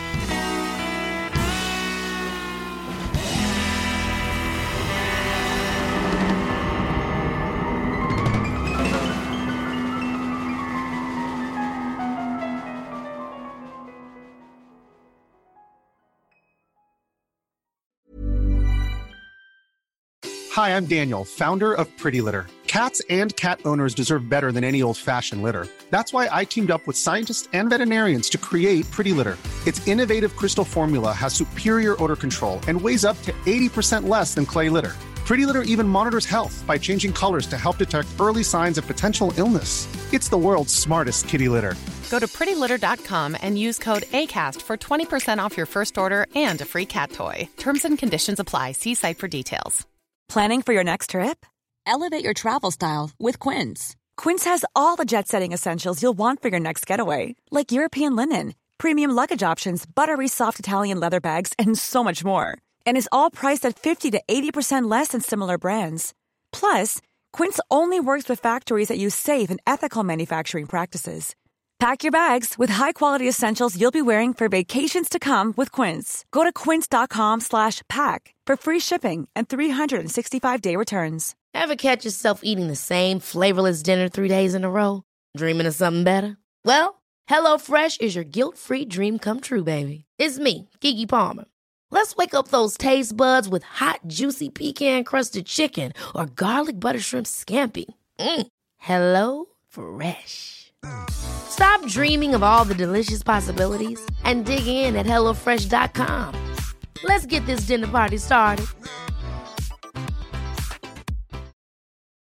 Hi, I'm Daniel, founder of Pretty Litter. Cats and cat owners deserve better than any old-fashioned litter. That's why I teamed up with scientists and veterinarians to create Pretty Litter. Its innovative crystal formula has superior odor control and weighs up to 80% less than clay litter. Pretty Litter even monitors health by changing colors to help detect early signs of potential illness. It's the world's smartest kitty litter. Go to prettylitter.com and use code ACAST for 20% off your first order and a free cat toy. Terms and conditions apply. See site for details. Planning for your next trip? Elevate your travel style with Quince. Quince has all the jet-setting essentials you'll want for your next getaway, like European linen, premium luggage options, buttery soft Italian leather bags, and so much more. And is all priced at 50 to 80% less than similar brands. Plus, Quince only works with factories that use safe and ethical manufacturing practices. Pack your bags with high-quality essentials you'll be wearing for vacations to come with Quince. Go to quince.com/pack for free shipping and 365-day returns. Ever catch yourself eating the same flavorless dinner 3 days in a row? Dreaming of something better? Well, HelloFresh is your guilt-free dream come true, baby. It's me, Keke Palmer. Let's wake up those taste buds with hot, juicy pecan-crusted chicken or garlic butter shrimp scampi. Hello Fresh. Stop dreaming of all the delicious possibilities and dig in at HelloFresh.com. Let's get this dinner party started.